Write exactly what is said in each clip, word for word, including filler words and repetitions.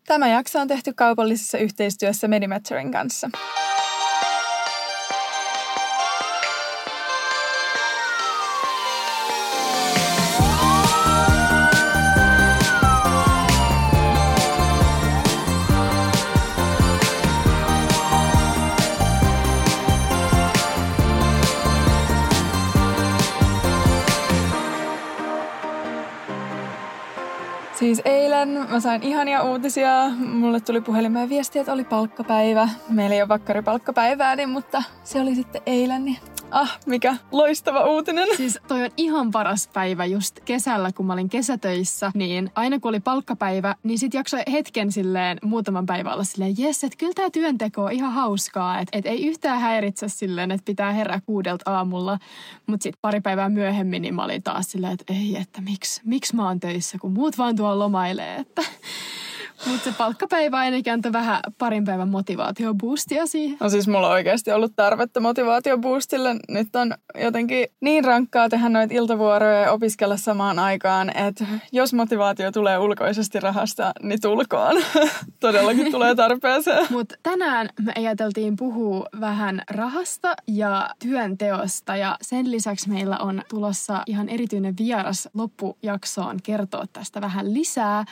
Tämä jakso on tehty kaupallisessa yhteistyössä Medimetrin kanssa. Siis eilen mä sain ihania uutisia. Mulle tuli puhelimeen viestiä, että oli palkkapäivä. Meillä ei ole vakkaripalkkapäivää, niin, mutta se oli sitten eilen. Niin ah, mikä loistava uutinen. Siis toi on ihan paras päivä just kesällä, kun mä olin kesätöissä. Niin aina kun oli palkkapäivä, niin sit jaksoi hetken silleen muutaman päivän olla silleen, jes, että kyllä tää työnteko on ihan hauskaa. Että et ei yhtään häiritse silleen, että pitää herää kuudelta aamulla. Mut sit pari päivää myöhemmin, niin mä olin taas silleen, että ei, että miksi, miksi mä oon töissä, kun muut vaan tuolla lomailee, että... Mutta se palkkapäivä ainakin antoi vähän parin päivän motivaatioboostia siihen. No siis mulla on oikeasti ollut tarvetta motivaatioboostille. Nyt on jotenkin niin rankkaa tehdä noita iltavuoroja ja opiskella samaan aikaan, että jos motivaatio tulee ulkoisesti rahasta, niin tulkoon. Todellakin tulee tarpeeseen. Mutta tänään me ajateltiin puhua vähän rahasta ja työnteosta ja sen lisäksi meillä on tulossa ihan erityinen vieras loppujaksoon kertoa tästä vähän lisää.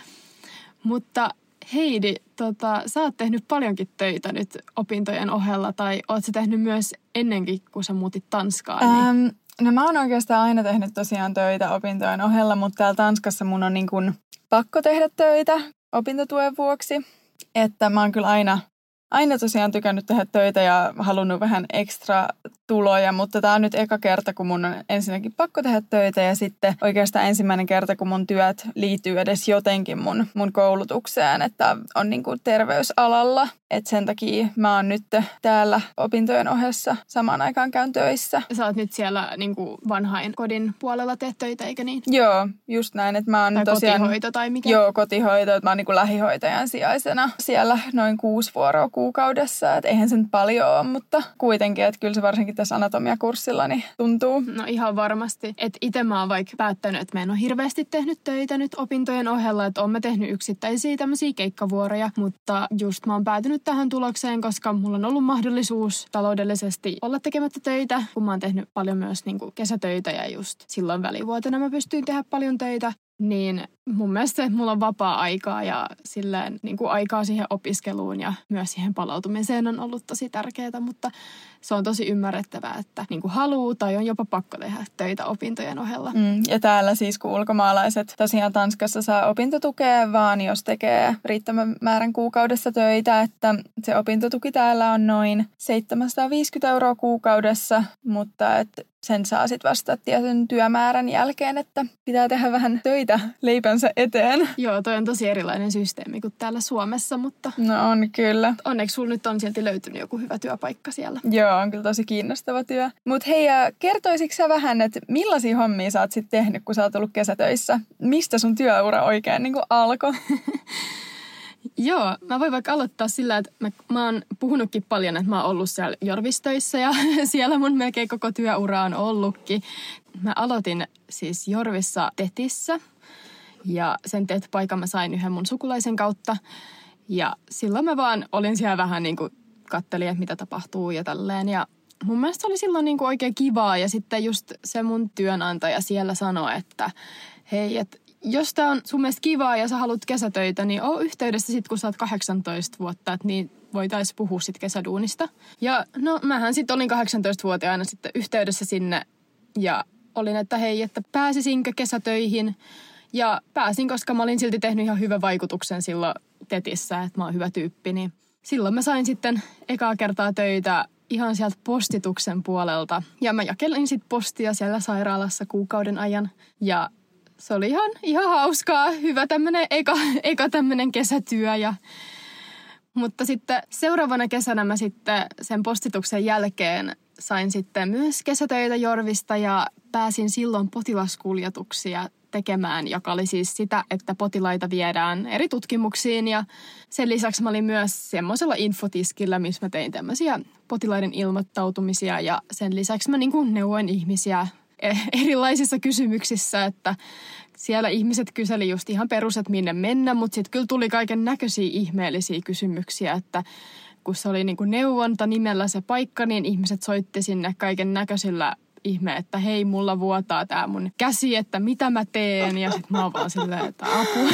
Mutta Heidi, tota, sä oot tehnyt paljonkin töitä nyt opintojen ohella, tai oot sä tehnyt myös ennenkin, kun sä muutit Tanskaan? Niin... Ähm, no mä oon oikeastaan aina tehnyt tosiaan töitä opintojen ohella, mutta täällä Tanskassa mun on niin kuin pakko tehdä töitä opintotuen vuoksi. Että mä oon kyllä aina, aina tosiaan tykännyt tehdä töitä ja halunnut vähän ekstra tuloja, mutta tää on nyt eka kerta, kun mun on ensinnäkin pakko tehdä töitä ja sitten oikeastaan ensimmäinen kerta, kun mun työt liittyy edes jotenkin mun, mun koulutukseen, että on niin kuin terveysalalla. Että sen takia mä oon nyt täällä opintojen ohessa samaan aikaan käyn töissä. Sä oot nyt siellä niin kuin vanhain kodin puolella teet töitä, eikö niin? Joo, just näin, että mä oon tai tosiaan... kotihoito tai mikä? Joo, kotihoito, että mä oon niin kuin lähihoitajan sijaisena siellä noin kuusi vuoroa kuukaudessa. Että eihän se nyt paljon ole, mutta kuitenkin, että kyllä se varsinkin tässä anatomiakurssilla niin tuntuu. No ihan varmasti. Että itse mä oon vaikka päättänyt, että mä en ole hirveästi tehnyt töitä nyt opintojen ohella, että oon mä tehnyt yksittäisiä tämmöisiä keikkavuoroja, mutta just mä oon päätynyt tähän tulokseen, koska mulla on ollut mahdollisuus taloudellisesti olla tekemättä töitä, kun mä oon tehnyt paljon myös niin kuin kesätöitä ja just silloin välivuotena mä pystyin tehdä paljon töitä. Niin mun mielestä se, että mulla on vapaa-aikaa ja silleen niin kuin aikaa siihen opiskeluun ja myös siihen palautumiseen on ollut tosi tärkeää, mutta se on tosi ymmärrettävää, että niin kuin haluaa tai on jopa pakko tehdä töitä opintojen ohella. Mm, ja täällä siis kun ulkomaalaiset tosiaan Tanskassa saa opintotukea vaan, jos tekee riittävän määrän kuukaudessa töitä, että se opintotuki täällä on noin seitsemänsataaviisikymmentä euroa kuukaudessa, mutta että sen saa sitten vasta tietyn työmäärän jälkeen, että pitää tehdä vähän töitä leipänsä eteen. Joo, toi on tosi erilainen systeemi kuin täällä Suomessa, mutta... No on kyllä. Onneksi sulla nyt on silti löytynyt joku hyvä työpaikka siellä. Joo, on kyllä tosi kiinnostava työ. Mutta hei, kertoisitko sä vähän, että millaisia hommia sä oot sitten tehnyt, kun sä oot ollut kesätöissä? Mistä sun työura oikein niin kuin alkoi? Joo, mä voin vaikka aloittaa sillä, että mä, mä oon puhunutkin paljon, että mä oon ollut siellä Jorvistöissä ja siellä mun melkein koko työura on ollutkin. Mä aloitin siis Jorvissa Tetissä ja sen T E T-paikan mä sain yhden mun sukulaisen kautta. Ja silloin mä vaan olin siellä vähän niin kuin kattelin, että mitä tapahtuu ja tälleen. Ja mun mielestä oli silloin niin kuin oikein kivaa ja sitten just se mun työnantaja siellä sanoi, että hei, että jos tää on sun mielestä kivaa ja sä haluat kesätöitä, niin oo yhteydessä sit, kun sä oot kahdeksantoista vuotta, että niin voitais puhua sit kesäduunista. Ja no mähän sit olin kahdeksantoistavuotiaana sitten yhteydessä sinne ja olin, että hei, että pääsisinkö kesätöihin. Ja pääsin, koska mä olin silti tehnyt ihan hyvän vaikutuksen silloin Tetissä, että mä oon hyvä tyyppi. Niin silloin mä sain sitten ekaa kertaa töitä ihan sieltä postituksen puolelta. Ja mä jakelin sit postia siellä sairaalassa kuukauden ajan ja se oli ihan, ihan hauskaa, hyvä tämmönen eka, eka tämmönen kesätyö. Ja, mutta sitten seuraavana kesänä mä sitten sen postituksen jälkeen sain sitten myös kesätöitä Jorvista ja pääsin silloin potilaskuljetuksia tekemään, joka oli siis sitä, että potilaita viedään eri tutkimuksiin. Ja sen lisäksi mä olin myös semmoisella infotiskillä, missä mä tein tämmöisiä potilaiden ilmoittautumisia ja sen lisäksi mä niin kuin neuvoin ihmisiä erilaisissa kysymyksissä, että siellä ihmiset kyseli just ihan perus, että minne mennä, mutta sitten kyllä tuli kaiken näköisiä ihmeellisiä kysymyksiä, että kun se oli niin kuin neuvonta nimellä se paikka, niin ihmiset soitti sinne kaiken näköisillä ihme, että hei, mulla vuotaa tää mun käsi, että mitä mä teen. Ja sit mä oon vaan silleen, että apua.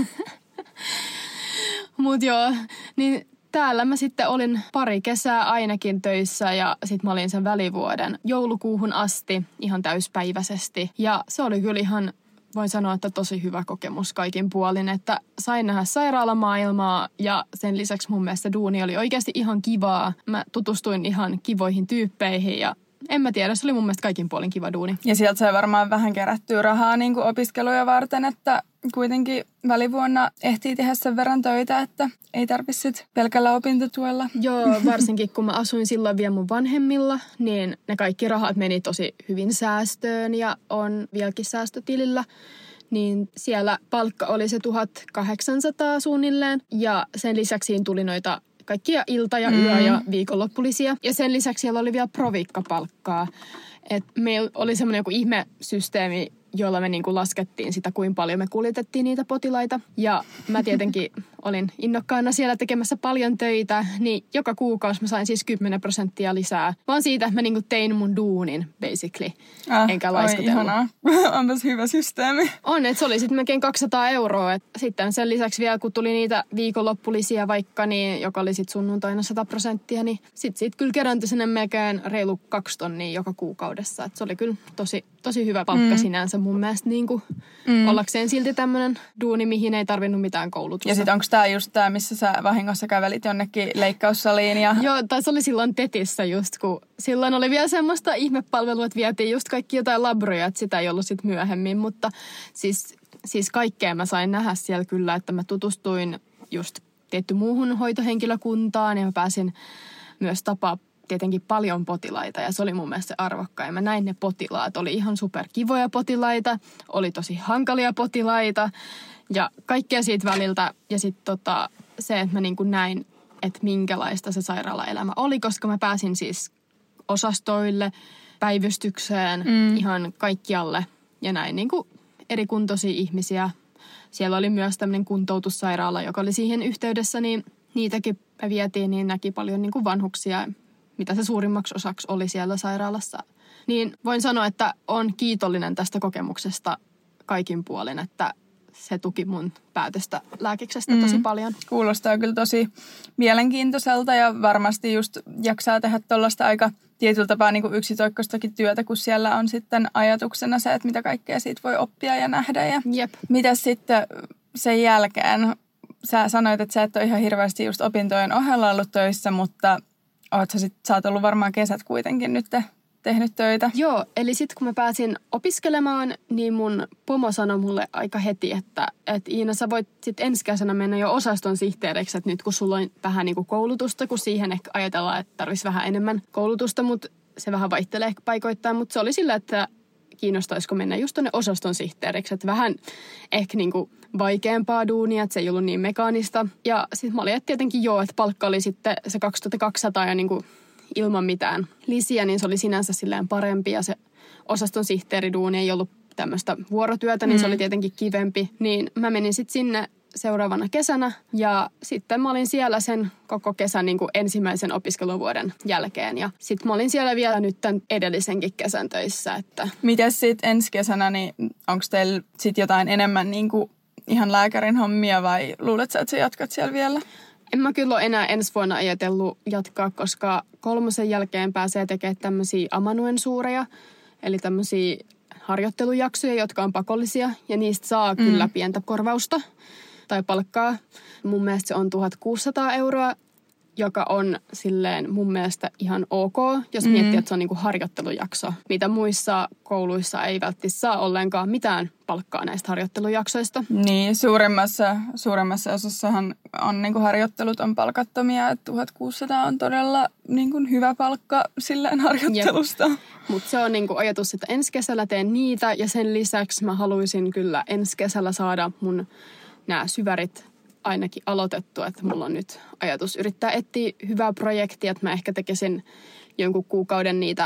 Mut joo, niin täällä mä sitten olin pari kesää ainakin töissä ja sit mä olin sen välivuoden joulukuuhun asti ihan täyspäiväisesti. Ja se oli kyllä ihan, voin sanoa, että tosi hyvä kokemus kaikin puolin, että sain nähdä sairaalamaailmaa ja sen lisäksi mun mielestä duuni oli oikeasti ihan kivaa. Mä tutustuin ihan kivoihin tyyppeihin ja en mä tiedä, se oli mun mielestä kaikin puolin kiva duuni. Ja sieltä sai varmaan vähän kerättyä rahaa niin kuin opiskeluja varten, että kuitenkin välivuonna ehtii tehdä sen verran töitä, että ei tarvitse pelkällä opintotuella. Joo, varsinkin kun mä asuin silloin vielä mun vanhemmilla, niin ne kaikki rahat meni tosi hyvin säästöön ja on vieläkin säästötilillä. Niin siellä palkka oli se tuhatkahdeksansataa suunnilleen ja sen lisäksi tuli noita kaikkia ilta- ja yö- mm. ja viikonloppulisia. Ja sen lisäksi siellä oli vielä provikkapalkkaa. Et meillä oli semmoinen joku ihmesysteemi, jolla me niinku laskettiin sitä, kuinka paljon me kuljetettiin niitä potilaita. Ja mä tietenkin olin innokkaana siellä tekemässä paljon töitä, niin joka kuukausi mä sain siis kymmenen prosenttia lisää. Vaan siitä, että mä niinku tein mun duunin, basically. Ah, enkä laiskotellut. Oi, ihanaa. Onpas hyvä systeemi. On, että se oli sitten melkein kaksisataa euroa. Et sitten sen lisäksi vielä, kun tuli niitä viikonloppulisia vaikka, niin, joka oli sitten sunnuntaina sata prosenttia, niin sitten siitä kyllä kerääntyi sinne melkein reilu kaksi tonnia joka kuukaudessa. Et se oli kyllä tosi, tosi hyvä palkka mm. sinänsä mun mielestä niin kuin mm. ollakseen silti tämmöinen duuni, mihin ei tarvinnut mitään koulutusta. Ja sitten onko tämä just tämä, missä sä vahingossa kävelit jonnekin leikkaussaliin? Ja... Joo, tai se oli silloin Tetissä just, kun silloin oli vielä semmoista ihmepalvelua, että vietiin just kaikki jotain labroja, että sitä ei ollut sitten myöhemmin. Mutta siis, siis kaikkea mä sain nähdä siellä kyllä, että mä tutustuin just tietty muuhun hoitohenkilökuntaan ja mä pääsin myös tapaa tietenkin paljon potilaita ja se oli mun mielestä se arvokkain. Mä näin ne potilaat, oli ihan superkivoja potilaita, oli tosi hankalia potilaita ja kaikkea siitä väliltä. Ja sitten tota, se, että mä niin kuin näin, että minkälaista se sairaalaelämä oli, koska mä pääsin siis osastoille, päivystykseen, mm. ihan kaikkialle ja näin niin kuin eri kuntoisia ihmisiä. Siellä oli myös tämmöinen kuntoutussairaala, joka oli siihen yhteydessä, niin niitäkin me vietiin, niin näki paljon niin kuin vanhuksia, mitä se suurimmaksi osaksi oli siellä sairaalassa. Niin voin sanoa, että olen kiitollinen tästä kokemuksesta kaikin puolin, että se tuki mun päätöstä lääkiksestä tosi mm. paljon. Kuulostaa kyllä tosi mielenkiintoiselta ja varmasti just jaksaa tehdä tuollaista aika tietyllä tapaa niin kuin yksitoikkoistakin työtä, kun siellä on sitten ajatuksena se, että mitä kaikkea siitä voi oppia ja nähdä. Ja Jep. Mitäs sitten sen jälkeen? Sä sanoit, että sä et ole ihan hirveästi just opintojen ohella ollut töissä, mutta oot sä, sit, sä oot ollut varmaan kesät kuitenkin nyt tehnyt töitä. Joo, eli sitten kun mä pääsin opiskelemaan, niin mun pomo sanoi mulle aika heti, että, että Iina, sä voit sitten ensi kesänä mennä jo osaston sihteeriksi, että nyt kun sulla on vähän niin kuin koulutusta, kun siihen ehkä ajatellaan, että tarvitsisi vähän enemmän koulutusta, mutta se vähän vaihtelee ehkä paikoittain, mutta se oli sillä, että kiinnostaisiko mennä just tuonne osaston sihteeriksi, että vähän ehkä niin kuin vaikeampaa duunia, että se ei ollut niin mekaanista. Ja sitten mä olin, että tietenkin joo, että palkka oli sitten se kaksituhattakaksisataa ja niin kuin ilman mitään lisiä, niin se oli sinänsä silleen parempi ja se osaston sihteeriduuni ei ollut tämmöistä vuorotyötä, niin mm. se oli tietenkin kivempi. Niin mä menin sitten sinne seuraavana kesänä ja sitten mä olin siellä sen koko kesän niin kuin ensimmäisen opiskeluvuoden jälkeen ja sitten mä olin siellä vielä nyt tämän edellisenkin kesän töissä. Että... Mites sitten ensi kesänä, niin onko teillä sitten jotain enemmän niin kuin ihan lääkärin hommia vai luulet sä, että sä jatkat siellä vielä? En mä kyllä ole enää ensi vuonna ajatellut jatkaa, koska kolmosen jälkeen pääsee tekemään tämmöisiä amanuensuureja, eli tämmöisiä harjoittelujaksoja, jotka on pakollisia, ja niistä saa mm. kyllä pientä korvausta tai palkkaa. Mun mielestä se on tuhatkuusisataa euroa, joka on silleen mun mielestä ihan ok, jos mm. miettii, että se on niinku harjoittelujakso. Mitä muissa kouluissa ei välttämättä saa ollenkaan mitään palkkaa näistä harjoittelujaksoista. Niin, suuremmassa, suuremmassa osassahan on niinku harjoittelut on palkattomia, että tuhatkuusisataa on todella niinku hyvä palkka silleen harjoittelusta. Mutta se on niinku ajatus, että ensi kesällä teen niitä ja sen lisäksi mä haluaisin kyllä ensi kesällä saada mun nämä syvärit ainakin aloitettu, että mulla on nyt ajatus yrittää etsiä hyvää projektia, että mä ehkä tekisin jonkun kuukauden niitä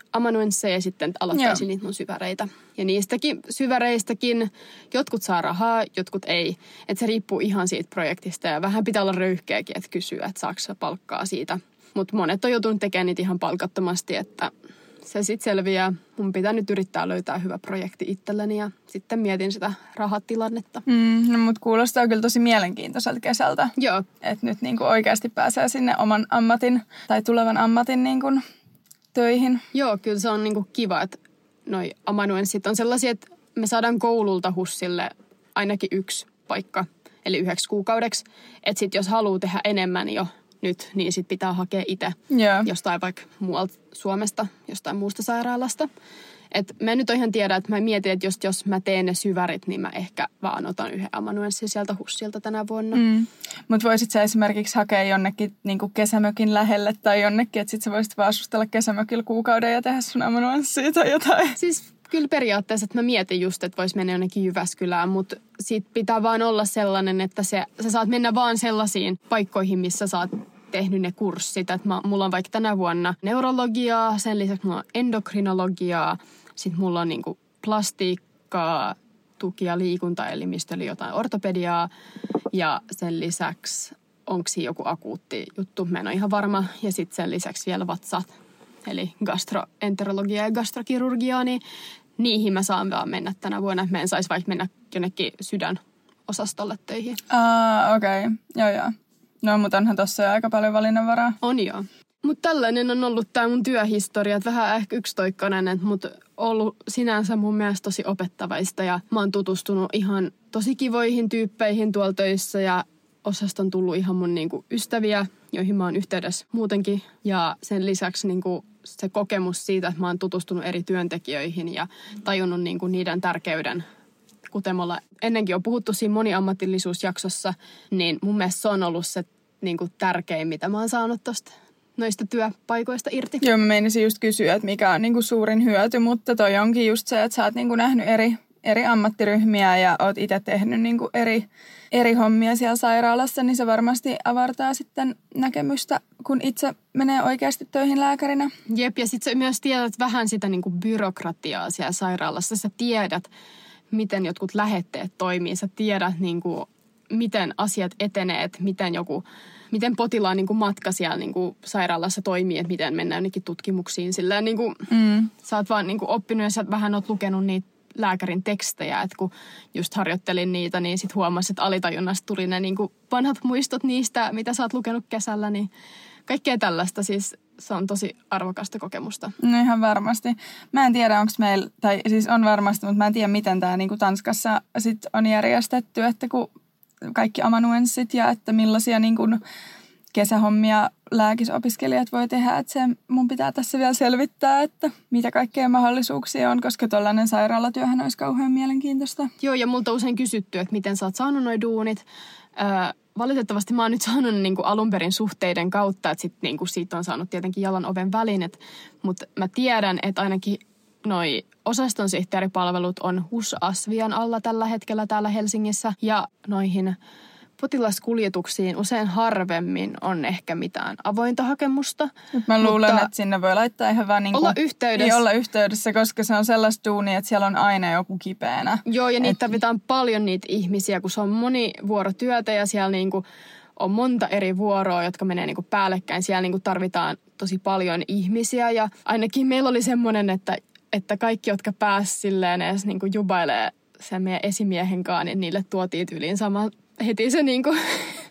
amanuensseja ja sitten aloittaisin Joo. niitä mun syväreitä. Ja niistäkin syväreistäkin jotkut saa rahaa, jotkut ei. Että se riippuu ihan siitä projektista ja vähän pitää olla röyhkeäkin, että kysyä, että saako sä palkkaa siitä. Mutta monet on joutunut tekemään niitä ihan palkattomasti, että se sitten selviää. Mun pitää nyt yrittää löytää hyvä projekti itselleni ja sitten mietin sitä rahatilannetta. Mm, no, mutta kuulostaa kyllä tosi mielenkiintoiselta kesältä. Joo. Että nyt niinku oikeasti pääsee sinne oman ammatin tai tulevan ammatin niinku töihin. Joo, kyllä se on niinku kiva, että noi amanuenssit on sellaisia, että me saadaan koululta HUSille ainakin yksi paikka, eli yhdeksi kuukaudeksi. Että sitten jos haluaa tehdä enemmän jo nyt, niin sitten pitää hakea itse Joo. jostain vaikka muualta Suomesta, jostain muusta sairaalasta. Et mä en nyt ihan tiedä, että mä mietin, että jos, jos mä teen ne syvärit, niin mä ehkä vaan otan yhden amanuenssin sieltä HUSilta tänä vuonna. Mm. Mutta voisit sä esimerkiksi hakea jonnekin niinku kesämökin lähelle tai jonnekin, että sit sä voisit vaan asustella kesämökillä kuukauden ja tehdä sun amanuenssia tai jotain. Siis kyllä periaatteessa, että mä mietin just, että vois mennä jonnekin Jyväskylään, mutta sit pitää vaan olla sellainen, että se, sä saat mennä vaan sellaisiin paikkoihin, missä sä oot tehnyt ne kurssit. Että mä, mulla on vaikka tänä vuonna neurologiaa, sen lisäksi mulla on endokrinologiaa, sitten mulla on niinku plastiikkaa, tuki- ja liikuntaelimistö, eli jotain ortopediaa, ja sen lisäksi onko siinä joku akuutti juttu, mä en ole ihan varma, ja sitten sen lisäksi vielä vatsat, eli gastroenterologiaa ja gastrokirurgiaa, niin niihin mä saan vaan mennä tänä vuonna. Mä en saisi vaikka mennä jonnekin sydänosastolle töihin. Ah, okei. Okay. Joo, joo. No, mutta onhan tossa jo aika paljon valinnanvaraa. On joo. Mutta tällainen on ollut tämä mun työhistoria, että vähän ehkä yksitoikkoinen, mutta ollut sinänsä mun mielestä tosi opettavaista ja mä oon tutustunut ihan tosi kivoihin tyyppeihin tuolla töissä ja osasta on tullut ihan mun niinku ystäviä, joihin mä oon yhteydessä muutenkin ja sen lisäksi niinku se kokemus siitä, että mä oon tutustunut eri työntekijöihin ja tajunnut niinku niiden tärkeyden, kuten me ollaan ennenkin on puhuttu siinä moniammatillisuusjaksossa, niin mun mielestä se on ollut se niinku tärkein, mitä mä oon saanut tosta noista työpaikoista irti. Joo, mä meinasin just kysyä, että mikä on niinku suurin hyöty, mutta toi onkin just se, että sä oot niinku nähnyt eri, eri ammattiryhmiä ja oot itse tehnyt niinku eri, eri hommia siellä sairaalassa, niin se varmasti avartaa sitten näkemystä, kun itse menee oikeasti töihin lääkärinä. Jep, ja sit sä myös tiedät vähän sitä niinku byrokratiaa siellä sairaalassa. Sä tiedät, miten jotkut lähetteet toimii. Sä tiedät, niinku, miten asiat etenee, että miten joku... Miten potilaan niin kuin matka siellä niin kuin sairaalassa toimii, että miten mennään jonnekin tutkimuksiin. Silleen, niin kuin, mm. sä oot vaan niin kuin oppinut ja sä vähän oot lukenut niitä lääkärin tekstejä. Että kun just harjoittelin niitä, niin sit huomasin, että alitajunnasta tuli ne niin kuin vanhat muistot niistä, mitä sä oot lukenut kesällä. Niin kaikkea tällaista siis se on tosi arvokasta kokemusta. No ihan varmasti. Mä en tiedä, onko meillä, tai siis on varmasti, mutta mä en tiedä, miten tämä niin kuin Tanskassa sit on järjestetty, että kun kaikki amanuenssit ja että millaisia niin kuin kesähommia lääkisopiskelijat voi tehdä. Että se mun pitää tässä vielä selvittää, että mitä kaikkea mahdollisuuksia on, koska tollainen sairaalatyöhän olisi kauhean mielenkiintoista. Joo, ja multa usein kysytty, että miten sä oot saanut noi duunit. Öö, valitettavasti mä oon nyt saanut niin kuin alun perin suhteiden kautta, että sit, niin kuin siitä on saanut tietenkin jalan oven väliin. Mutta mä tiedän, että ainakin noi osastonsihteeripalvelut on HUS-Asvian alla tällä hetkellä täällä Helsingissä. Ja noihin potilaskuljetuksiin usein harvemmin on ehkä mitään avointa hakemusta. Nyt mä luulen, mutta että sinne voi laittaa ihan vaan niin kuin, olla yhteydessä. Olla yhteydessä, koska se on sellaista duunia, että siellä on aina joku kipeänä. Joo, ja niitä Et... tarvitaan paljon niitä ihmisiä, kun se on monivuorotyötä ja siellä niin kuin on monta eri vuoroa, jotka menee niin kuin päällekkäin. Siellä niin kuin tarvitaan tosi paljon ihmisiä ja ainakin meillä oli semmoinen, että että kaikki, jotka pääsivät silleen edes niin kuin jubailee sen meidän esimiehen kanssa, niin niille tuotiin yliin sama heti se niin kuin,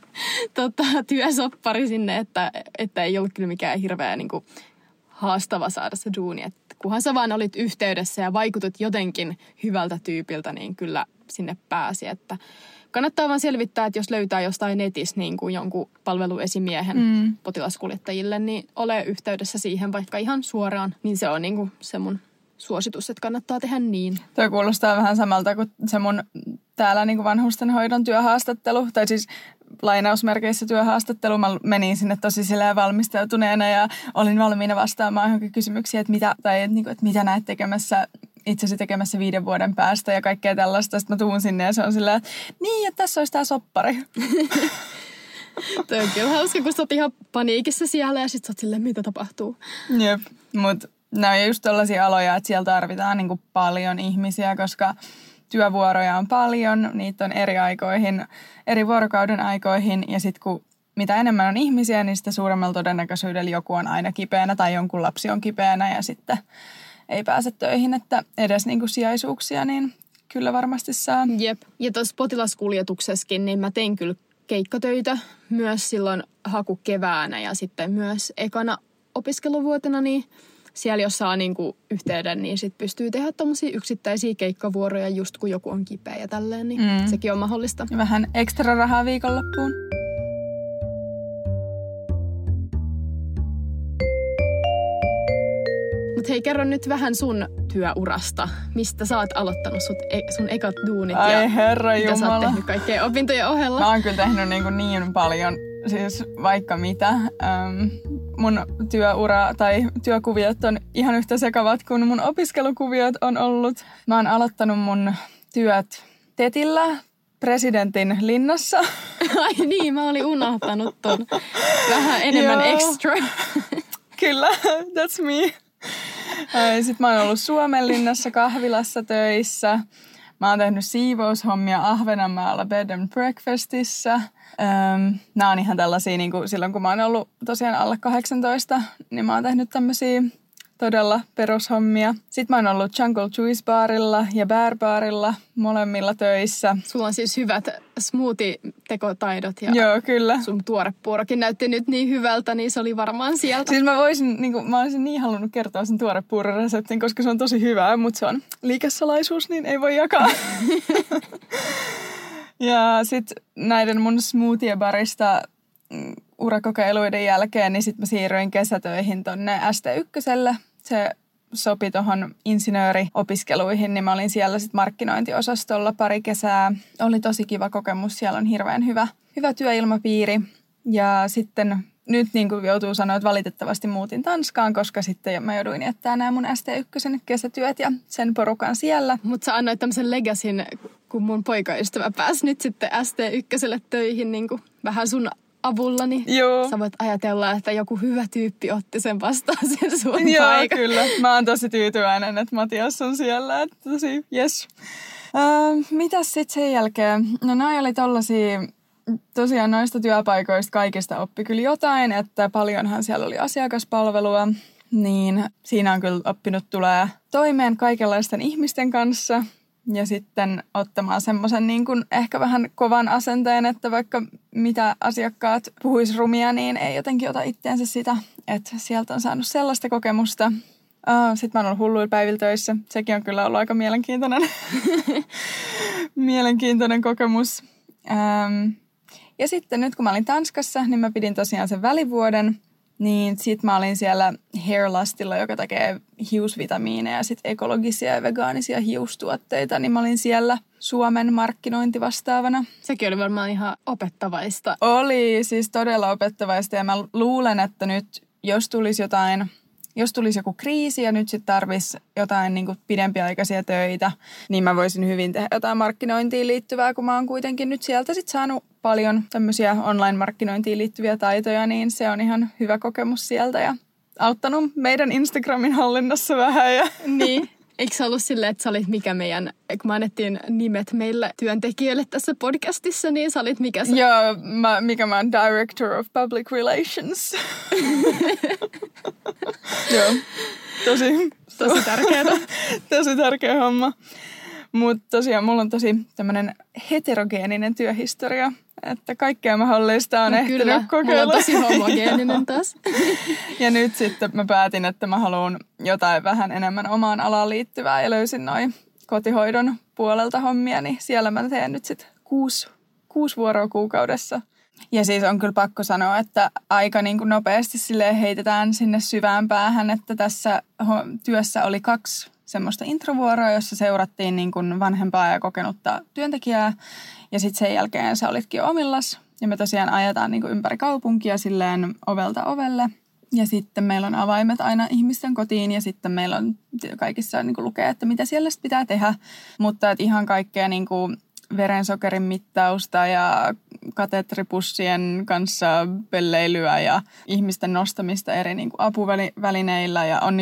tota, työsoppari sinne, että, että ei ollut kyllä mikään hirveä niin kuin, haastava saada se duuni. Että kunhan sä vaan olit yhteydessä ja vaikutut jotenkin hyvältä tyypiltä, niin kyllä sinne pääsi. Että kannattaa vaan selvittää, että jos löytää jostain netissä niin kuin jonkun palveluesimiehen mm. potilaskuljettajille, niin ole yhteydessä siihen vaikka ihan suoraan. Niin se on niin kuin se mun suositus, että kannattaa tehdä niin. Tuo kuulostaa vähän samalta kuin se mun täällä niin kuin vanhustenhoidon työhaastattelu, tai siis lainausmerkeissä työhaastattelu. Mä menin sinne tosi silleen valmistautuneena ja olin valmiina vastaamaan johonkin kysymyksiä, että mitä, tai että, niin kuin, että mitä näet tekemässä, itsesi tekemässä viiden vuoden päästä ja kaikkea tällaista. Sitten mä tuun sinne ja se on silleen, että niin, että tässä olisi tää soppari. Toi on kyllä hauska, kun sä oot ihan paniikissa siellä ja sit sä oot silleen, mitä tapahtuu. Jep, mutta nämä on just tällaisia aloja, että siellä tarvitaan niin kuin paljon ihmisiä, koska työvuoroja on paljon, niitä on eri aikoihin, eri vuorokauden aikoihin ja sitten kun mitä enemmän on ihmisiä, niin sitä suuremmalla todennäköisyydellä joku on aina kipeänä tai jonkun lapsi on kipeänä ja sitten ei pääse töihin, että edes niin kuin sijaisuuksia, niin kyllä varmasti saa. Jep. Ja tuossa potilaskuljetuksessakin, niin mä tein kyllä keikkatöitä myös silloin hakukeväänä ja sitten myös ekana opiskeluvuotena, niin siellä jos saa niinku yhteyden, niin sit pystyy tehdä tommosia yksittäisiä keikkavuoroja just kun joku on kipeä ja tälleen, niin mm. sekin on mahdollista. Ja vähän ekstra rahaa viikonloppuun. Mut hei, kerro nyt vähän sun työurasta. Mistä sä oot aloittanut sut, sun ekat duunit Ai ja herra mitä jumala. sä oot tehnyt kaikkea opintojen ohella? Mä oon kyllä tehnyt niin, kuin niin paljon, siis vaikka mitä. Ähm, mun työura tai työkuviot on ihan yhtä sekavat kuin mun opiskelukuviot on ollut. Mä oon aloittanut mun työt Tetillä, presidentin linnassa. Ai niin, mä olin unohtanut ton. Vähän enemmän extra. Kyllä, that's me. Sitten mä oon ollut Suomenlinnassa kahvilassa töissä. Mä oon tehnyt siivoushommia Ahvenanmaalla Bed and Breakfastissa. Nämä on ihan tällaisia, niin kuin silloin kun mä oon ollut tosiaan alle kahdeksantoista, niin mä oon tehnyt tämmöisiä todella perushommia. Sitten mä oon ollut Jungle Juice Barilla ja Bear Barilla molemmilla töissä. Sulla on siis hyvät smoothie-tekotaidot ja joo, kyllä. Sun tuorepuurokin näytti nyt niin hyvältä, niin se oli varmaan sieltä. Siis mä voisin, niin kuin, mä olisin niin halunnut kertoa sen tuorepuuroreseptin, koska se on tosi hyvää, mutta se on liikesalaisuus, niin ei voi jakaa. Ja sitten näiden mun smoothie-barista urakokeiluiden jälkeen, niin sitten mä siirryin kesätöihin tonne S T ykköselle. Se sopi tuohon insinööriopiskeluihin, niin mä olin siellä sitten markkinointiosastolla pari kesää. Oli tosi kiva kokemus, siellä on hirveän hyvä, hyvä työilmapiiri. Ja sitten nyt niin kuin joutuu sanoa, että valitettavasti muutin Tanskaan, koska sitten mä jouduin jättää nämä mun S T ykkösen kesätyöt ja sen porukan siellä. Mutta sä annoit tämmöisen legacyn, kun mun poikaystävä pääsi nyt sitten S T ykköselle töihin niin kuin vähän sun avulla, niin joo. Sä voit ajatella, että joku hyvä tyyppi otti sen vastaan sen sun joo, paikan. Kyllä. Mä oon tosi tyytyväinen, että Matias on siellä. Että tosi, yes. Öö, mitäs sitten sen jälkeen? No noi oli tollasia, tosiaan noista työpaikoista kaikista oppi kyllä jotain, että paljonhan siellä oli asiakaspalvelua. Niin siinä on kyllä oppinut tulee toimeen kaikenlaisten ihmisten kanssa. Ja sitten ottamaan semmoisen niin kuin ehkä vähän kovan asenteen, että vaikka mitä asiakkaat puhuis rumia, niin ei jotenkin ota itteensä sitä, että sieltä on saanut sellaista kokemusta. Sitten mä oon ollut hulluilla päivillä töissä. Sekin on kyllä ollut aika mielenkiintoinen, mielenkiintoinen kokemus. Ähm, ja sitten nyt kun mä olin Tanskassa, niin mä pidin tosiaan sen välivuoden. Niin sit mä olin siellä Hairlustilla, joka tekee hiusvitamiineja ja sit ekologisia ja vegaanisia hiustuotteita. Niin mä olin siellä Suomen markkinointivastaavana. Sekin oli varmaan ihan opettavaista. Oli siis todella opettavaista ja mä luulen, että nyt jos tulisi jotain, jos tulisi joku kriisi ja nyt sitten tarvisi jotain niin kuin pidempiaikaisia töitä, niin mä voisin hyvin tehdä jotain markkinointiin liittyvää, kun mä oon kuitenkin nyt sieltä sitten saanut paljon tämmöisiä online-markkinointiin liittyviä taitoja, niin se on ihan hyvä kokemus sieltä ja auttanut meidän Instagramin hallinnassa vähän. Ja niin. Eikö se ollut silleen, että sä olit mikä meidän, kun me annettiin nimet meille työntekijöille tässä podcastissa, niin sä olit mikä sä? Joo, mä, mikä mä oon Director of Public Relations. Joo, tosi, tosi tärkeää. tosi tärkeä homma. Mutta tosiaan mulla on tosi tämmönen heterogeeninen työhistoria, että kaikkea mahdollista on no ehtinyt kyllä, kokeilla. Mulla on tosi homogeeninen taas. Ja nyt sitten mä päätin, että mä haluan jotain vähän enemmän omaan alaan liittyvää ja löysin noin kotihoidon puolelta hommia, niin siellä mä teen nyt sitten kuusi, kuusi vuoroa kuukaudessa. Ja siis on kyllä pakko sanoa, että aika niin kuin nopeasti silleen heitetään sinne syvään päähän, että tässä työssä oli kaksi semmoista introvuoroa, jossa seurattiin niin kuin vanhempaa ja kokenutta työntekijää. Ja sitten sen jälkeen sä olitkin omillas. Ja me tosiaan ajetaan niin kuin ympäri kaupunkia silleen ovelta ovelle. Ja sitten meillä on avaimet aina ihmisten kotiin ja sitten meillä on kaikissa niin kuin lukee, että mitä siellä pitää tehdä. Mutta et ihan kaikkea niin kuin verensokerin mittausta ja katetripussien kanssa pelleilyä ja ihmisten nostamista eri niin kuin apuvälineillä. Ja on niin kuin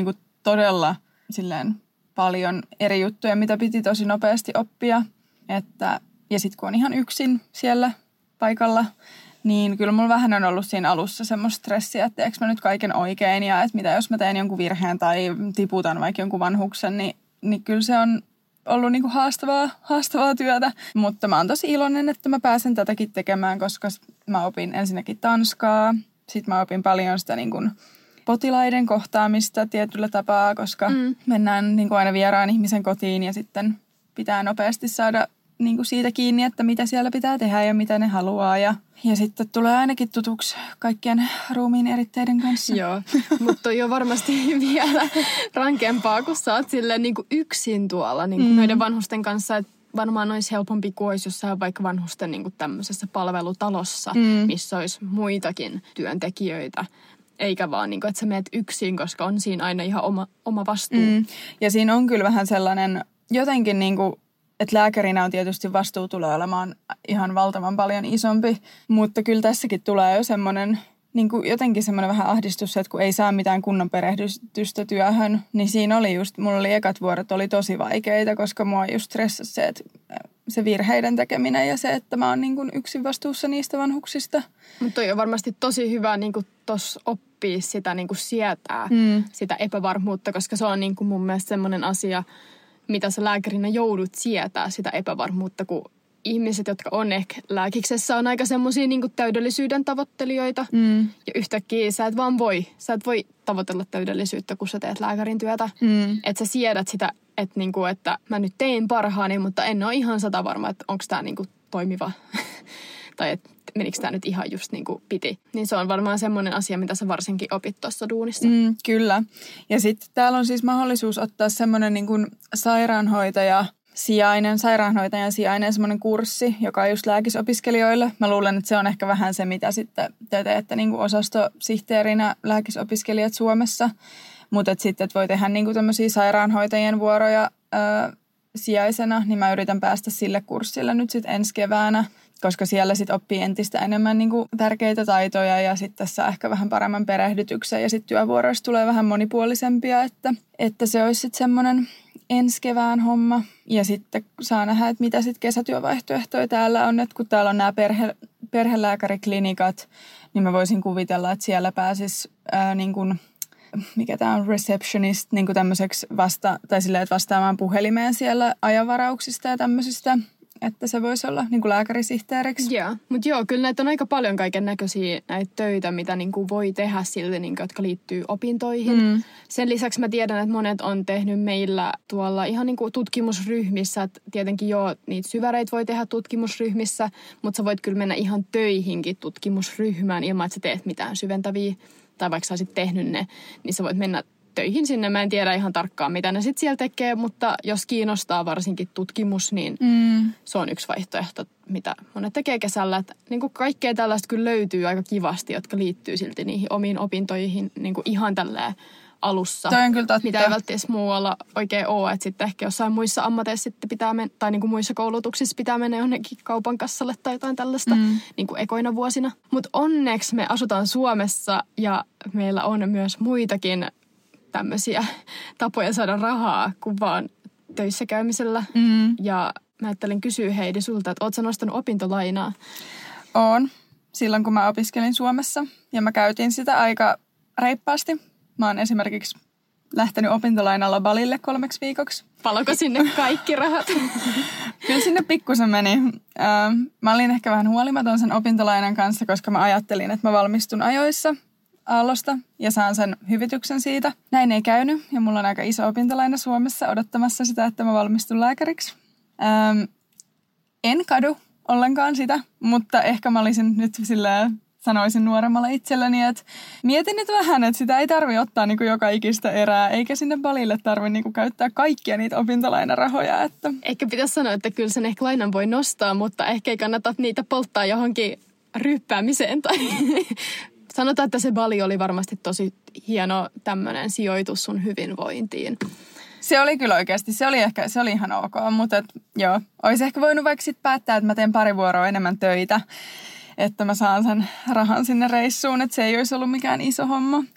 todella silleen paljon eri juttuja, mitä piti tosi nopeasti oppia. Että, ja sitten kun on ihan yksin siellä paikalla, niin kyllä mulla vähän on ollut siinä alussa semmoista stressiä, että teekö mä nyt kaiken oikein ja että mitä jos mä teen jonkun virheen tai tiputan vaikka jonkun vanhuksen, niin, niin kyllä se on ollut niinku haastavaa, haastavaa työtä. Mutta mä oon tosi iloinen, että mä pääsen tätäkin tekemään, koska mä opin ensinnäkin tanskaa, sitten mä opin paljon sitä niinku potilaiden kohtaamista tietyllä tapaa, koska mm. mennään niinku aina vieraan ihmisen kotiin ja sitten pitää nopeasti saada niinku siitä kiinni, että mitä siellä pitää tehdä ja mitä ne haluaa. Ja, ja sitten tulee ainakin tutuksi kaikkien ruumiin eritteiden kanssa. Joo, mutta on jo varmasti vielä rankempaa, kun sä oot silleen niinku yksin tuolla niinku mm. noiden vanhusten kanssa. Et varmaan olisi helpompi kuin olisi jossain vaikka vanhusten niinku tämmöisessä palvelutalossa, mm. missä olisi muitakin työntekijöitä. Eikä vaan, niin kuin, että sä meet yksin, koska on siinä aina ihan oma, oma vastuu. Mm. Ja siinä on kyllä vähän sellainen, jotenkin niin kuin, että lääkärinä on tietysti vastuu tulee olemaan ihan valtavan paljon isompi. Mutta kyllä tässäkin tulee jo semmoinen, niin kuin jotenkin semmoinen vähän ahdistus, että kun ei saa mitään kunnon perehdytystä työhön, niin siinä oli just, mulla oli ekat vuodet oli tosi vaikeita, koska mua just stressasi se, että se virheiden tekeminen ja se, että mä oon niin kuin yksin vastuussa niistä vanhuksista. Mutta on varmasti tosi hyvä niin kuin tossa oppia sitä niin kuin sietää, mm. sitä epävarmuutta, koska se on niin kuin mun mielestä semmoinen asia, mitä sä lääkärinä joudut sietää, sitä epävarmuutta, kun ihmiset, jotka on ehkä lääkiksessä, on aika semmoisia niin kuin täydellisyyden tavoittelijoita. Mm. Ja yhtäkkiä sä et vaan voi, sä et voi tavoitella täydellisyyttä, kun sä teet lääkärin työtä. Mm. Että sä siedät sitä, että, niin kuin, että mä nyt tein parhaani, mutta en ole ihan sata varma, että onko tää niin kuin toimiva. Tai että menikö tää nyt ihan just niin kuin piti. Niin se on varmaan semmoinen asia, mitä sä varsinkin opit tuossa duunissa. Mm, kyllä. Ja sitten täällä on siis mahdollisuus ottaa semmoinen niin kuin sairaanhoitaja, sijainen, sairaanhoitajan sijainen semmoinen kurssi, joka on just lääkisopiskelijoille. Mä luulen, että se on ehkä vähän se, mitä sitten te teette niin kuin osastosihteerinä lääkisopiskelijat Suomessa. Mutta sitten, että voi tehdä niin kuin tämmöisiä sairaanhoitajien vuoroja ää, sijaisena, niin mä yritän päästä sille kurssille nyt sitten ensi keväänä, koska siellä sitten oppii entistä enemmän niin kuin tärkeitä taitoja ja sitten tässä ehkä vähän paremman perehdytyksen ja sitten työvuoroista tulee vähän monipuolisempia, että, että se olisi sitten semmoinen ensi kevään homma. Ja sitten saa nähdä, että mitä sitten kesätyövaihtoehtoja täällä on, että kun täällä on nämä perhe, perhelääkäriklinikat, niin mä voisin kuvitella, että siellä pääsisi ää, niin kuin, mikä tämä on, receptionist, niin kuin tämmöiseksi vasta, tai silleen, että vastaamaan puhelimeen siellä ajanvarauksista ja tämmöisistä, että se voisi olla niin kuin lääkärisihteeriksi. Joo, mutta joo, kyllä näitä on aika paljon kaiken näköisiä näitä töitä, mitä niin kuin voi tehdä silti, niin kuin, jotka liittyy opintoihin. Mm. Sen lisäksi mä tiedän, että monet on tehnyt meillä tuolla ihan niin kuin tutkimusryhmissä. Että tietenkin joo, niitä syväreitä voi tehdä tutkimusryhmissä, mutta sä voit kyllä mennä ihan töihinkin tutkimusryhmään ilman, että sä teet mitään syventäviä. Tai vaikka sä olisit tehnyt ne, niin sä voit mennä töihin sinne. Mä en tiedä ihan tarkkaan, mitä ne sitten siellä tekee, mutta jos kiinnostaa varsinkin tutkimus, niin mm. se on yksi vaihtoehto, mitä monet tekee kesällä. Että niin kuin kaikkea tällaista kyllä löytyy aika kivasti, jotka liittyy silti niihin omiin opintoihin niin kuin ihan tälleen alussa. Toi on kyllä totta. Mitä ei välttämättä muualla oikein ole, että sitten ehkä jossain muissa ammateissa sitten pitää mennä, tai niin kuin muissa koulutuksissa pitää mennä jonnekin kaupan kassalle tai jotain tällaista mm. niin kuin ekoina vuosina. Mutta onneksi me asutaan Suomessa ja meillä on myös muitakin tämmöisiä tapoja saada rahaa kuin vaan töissä käymisellä. Mm. Ja mä ajattelin kysyä Heidi sulta, että ootko sä nostanut opintolainaa? Oon. Silloin kun mä opiskelin Suomessa ja mä käytin sitä aika reippaasti. Mä oon esimerkiksi lähtenyt opintolainalla Balille kolmeksi viikoksi. Paloko sinne kaikki rahat? Kyllä sinne pikkusen meni. Mä olin ehkä vähän huolimaton sen opintolainan kanssa, koska mä ajattelin, että mä valmistun ajoissa Aallosta ja saan sen hyvityksen siitä. Näin ei käynyt ja mulla on aika iso opintolaina Suomessa odottamassa sitä, että mä valmistun lääkäriksi. En kadu ollenkaan sitä, mutta ehkä mä olisin nyt silleen, sanoisin nuoremmalla itselleni, että mietin nyt vähän, että sitä ei tarvitse ottaa niin kuin joka ikistä erää, eikä sinne Balille tarvitse niin kuin käyttää kaikkia niitä opintolainarahoja. Että. Ehkä pitäisi sanoa, että kyllä sen ehkä lainan voi nostaa, mutta ehkä ei kannata niitä polttaa johonkin ryppäämiseen. Tai sanotaan, että se Bali oli varmasti tosi hieno tämmöinen sijoitus sun hyvinvointiin. Se oli kyllä oikeasti, se oli ehkä, se oli ihan ok, mutta et, joo, olisi ehkä voinut vaikka sitten päättää, että mä teen pari vuoroa enemmän töitä, että mä saan sen rahan sinne reissuun, että se ei olisi ollut mikään iso homma.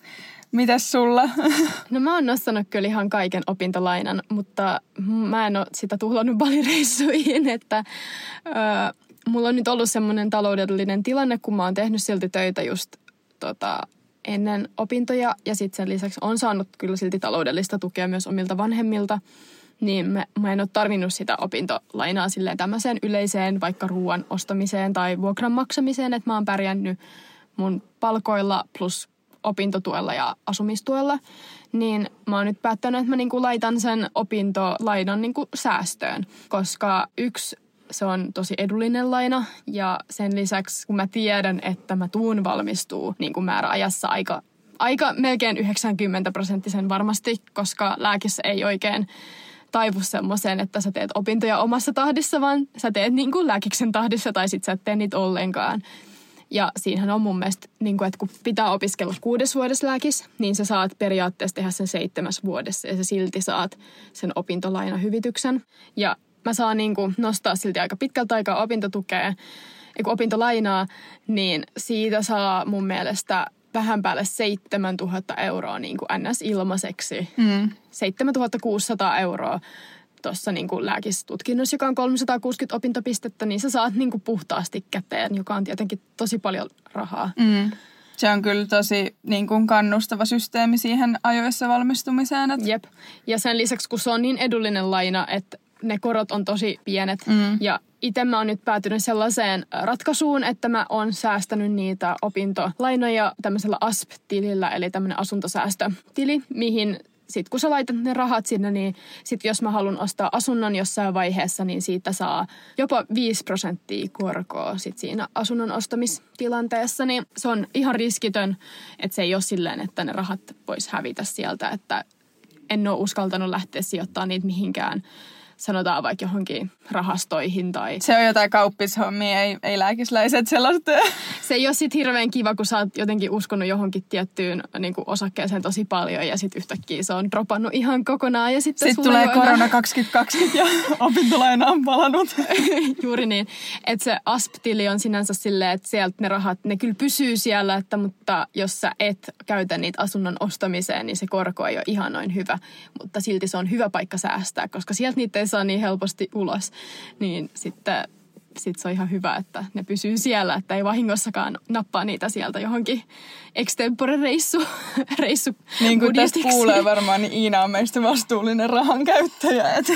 Mitäs sulla? No mä oon nostanut kyllä ihan kaiken opintolainan, mutta mä en ole sitä tuhlannut balireissuihin, että ö, mulla on nyt ollut semmoinen taloudellinen tilanne, kun mä oon tehnyt silti töitä just tota, ennen opintoja ja sitten sen lisäksi on saanut kyllä silti taloudellista tukea myös omilta vanhemmilta, niin mä, mä en ole tarvinnut sitä opintolainaa silleen tämmöiseen yleiseen vaikka ruoan ostamiseen tai vuokran maksamiseen, että mä oon pärjännyt mun palkoilla plus opintotuella ja asumistuella, niin mä oon nyt päättänyt, että mä niinku laitan sen opintolainan niinku säästöön, koska yksi, se on tosi edullinen laina ja sen lisäksi kun mä tiedän, että mä tuun valmistuu niinku määräajassa aika, aika melkein yhdeksänkymmentä prosenttisen varmasti, koska lääkissä ei oikein taivu semmoiseen, että sä teet opintoja omassa tahdissa, vaan sä teet niinku lääkiksen tahdissa tai sit sä et tee niitä ollenkaan. Ja siinähän on mun mielestä, niin kuin, että kun pitää opiskella kuudes vuodessa lääkis, niin sä saat periaatteessa tehdä sen seitsemäs vuodessa ja sä silti saat sen opintolainahyvityksen. Ja mä saan niin kuin nostaa silti aika pitkältä aikaa opintotukea, kun opintolainaa, niin siitä saa mun mielestä vähän päälle seitsemäntuhatta euroa niin kuin ns. Ilmaiseksi. Mm. seitsemäntuhatta kuusisataa euroa. Tuossa niin kuin lääkistutkinnossa, joka on kolmesataakuusikymmentä opintopistettä, niin sä saat niin kuin puhtaasti käteen, joka on tietenkin tosi paljon rahaa. Mm. Se on kyllä tosi niin kuin kannustava systeemi siihen ajoissa valmistumiseen. Että... Jep. Ja sen lisäksi, kun se on niin edullinen laina, että ne korot on tosi pienet. Mm. Ja itse mä oon nyt päätynyt sellaiseen ratkaisuun, että mä oon säästänyt niitä opintolainoja tämmöisellä A S P-tilillä, eli tämmöinen asuntosäästötili, mihin... Sitten kun sä laitat ne rahat sinne, niin sitten jos mä haluan ostaa asunnon jossain vaiheessa, niin siitä saa jopa viisi prosenttia korkoa sit siinä asunnon ostamistilanteessa. Niin se on ihan riskitön, että se ei ole silleen, että ne rahat vois hävitä sieltä, että en ole uskaltanut lähteä sijoittaa niitä mihinkään. Sanotaan vaikka johonkin rahastoihin tai... Se on jotain kauppishommia, ei, ei lääkisläiset sellaista. Se ei ole sitten hirveän kiva, kun sä oot jotenkin uskonut johonkin tiettyyn niin kuin osakkeeseen tosi paljon ja sitten yhtäkkiä se on dropannut ihan kokonaan. Ja sitten sitten tulee korona kaksituhattakaksikymmentä ja opintolaina on palannut. Juuri niin. Että se A S P-tili on sinänsä silleen, että sieltä ne rahat, ne kyllä pysyy siellä, että, mutta jos sä et käytä niitä asunnon ostamiseen, niin se korko ei ole ihan noin hyvä. Mutta silti se on hyvä paikka säästää, koska sieltä niitä ei saa niin helposti ulos, niin sitten sit se on ihan hyvä, että ne pysyy siellä, että ei vahingossakaan nappaa niitä sieltä johonkin extempore-reissu reissu niin kuin tästä kuulee varmaan, niin Iina on meistä vastuullinen rahan käyttäjä. Et,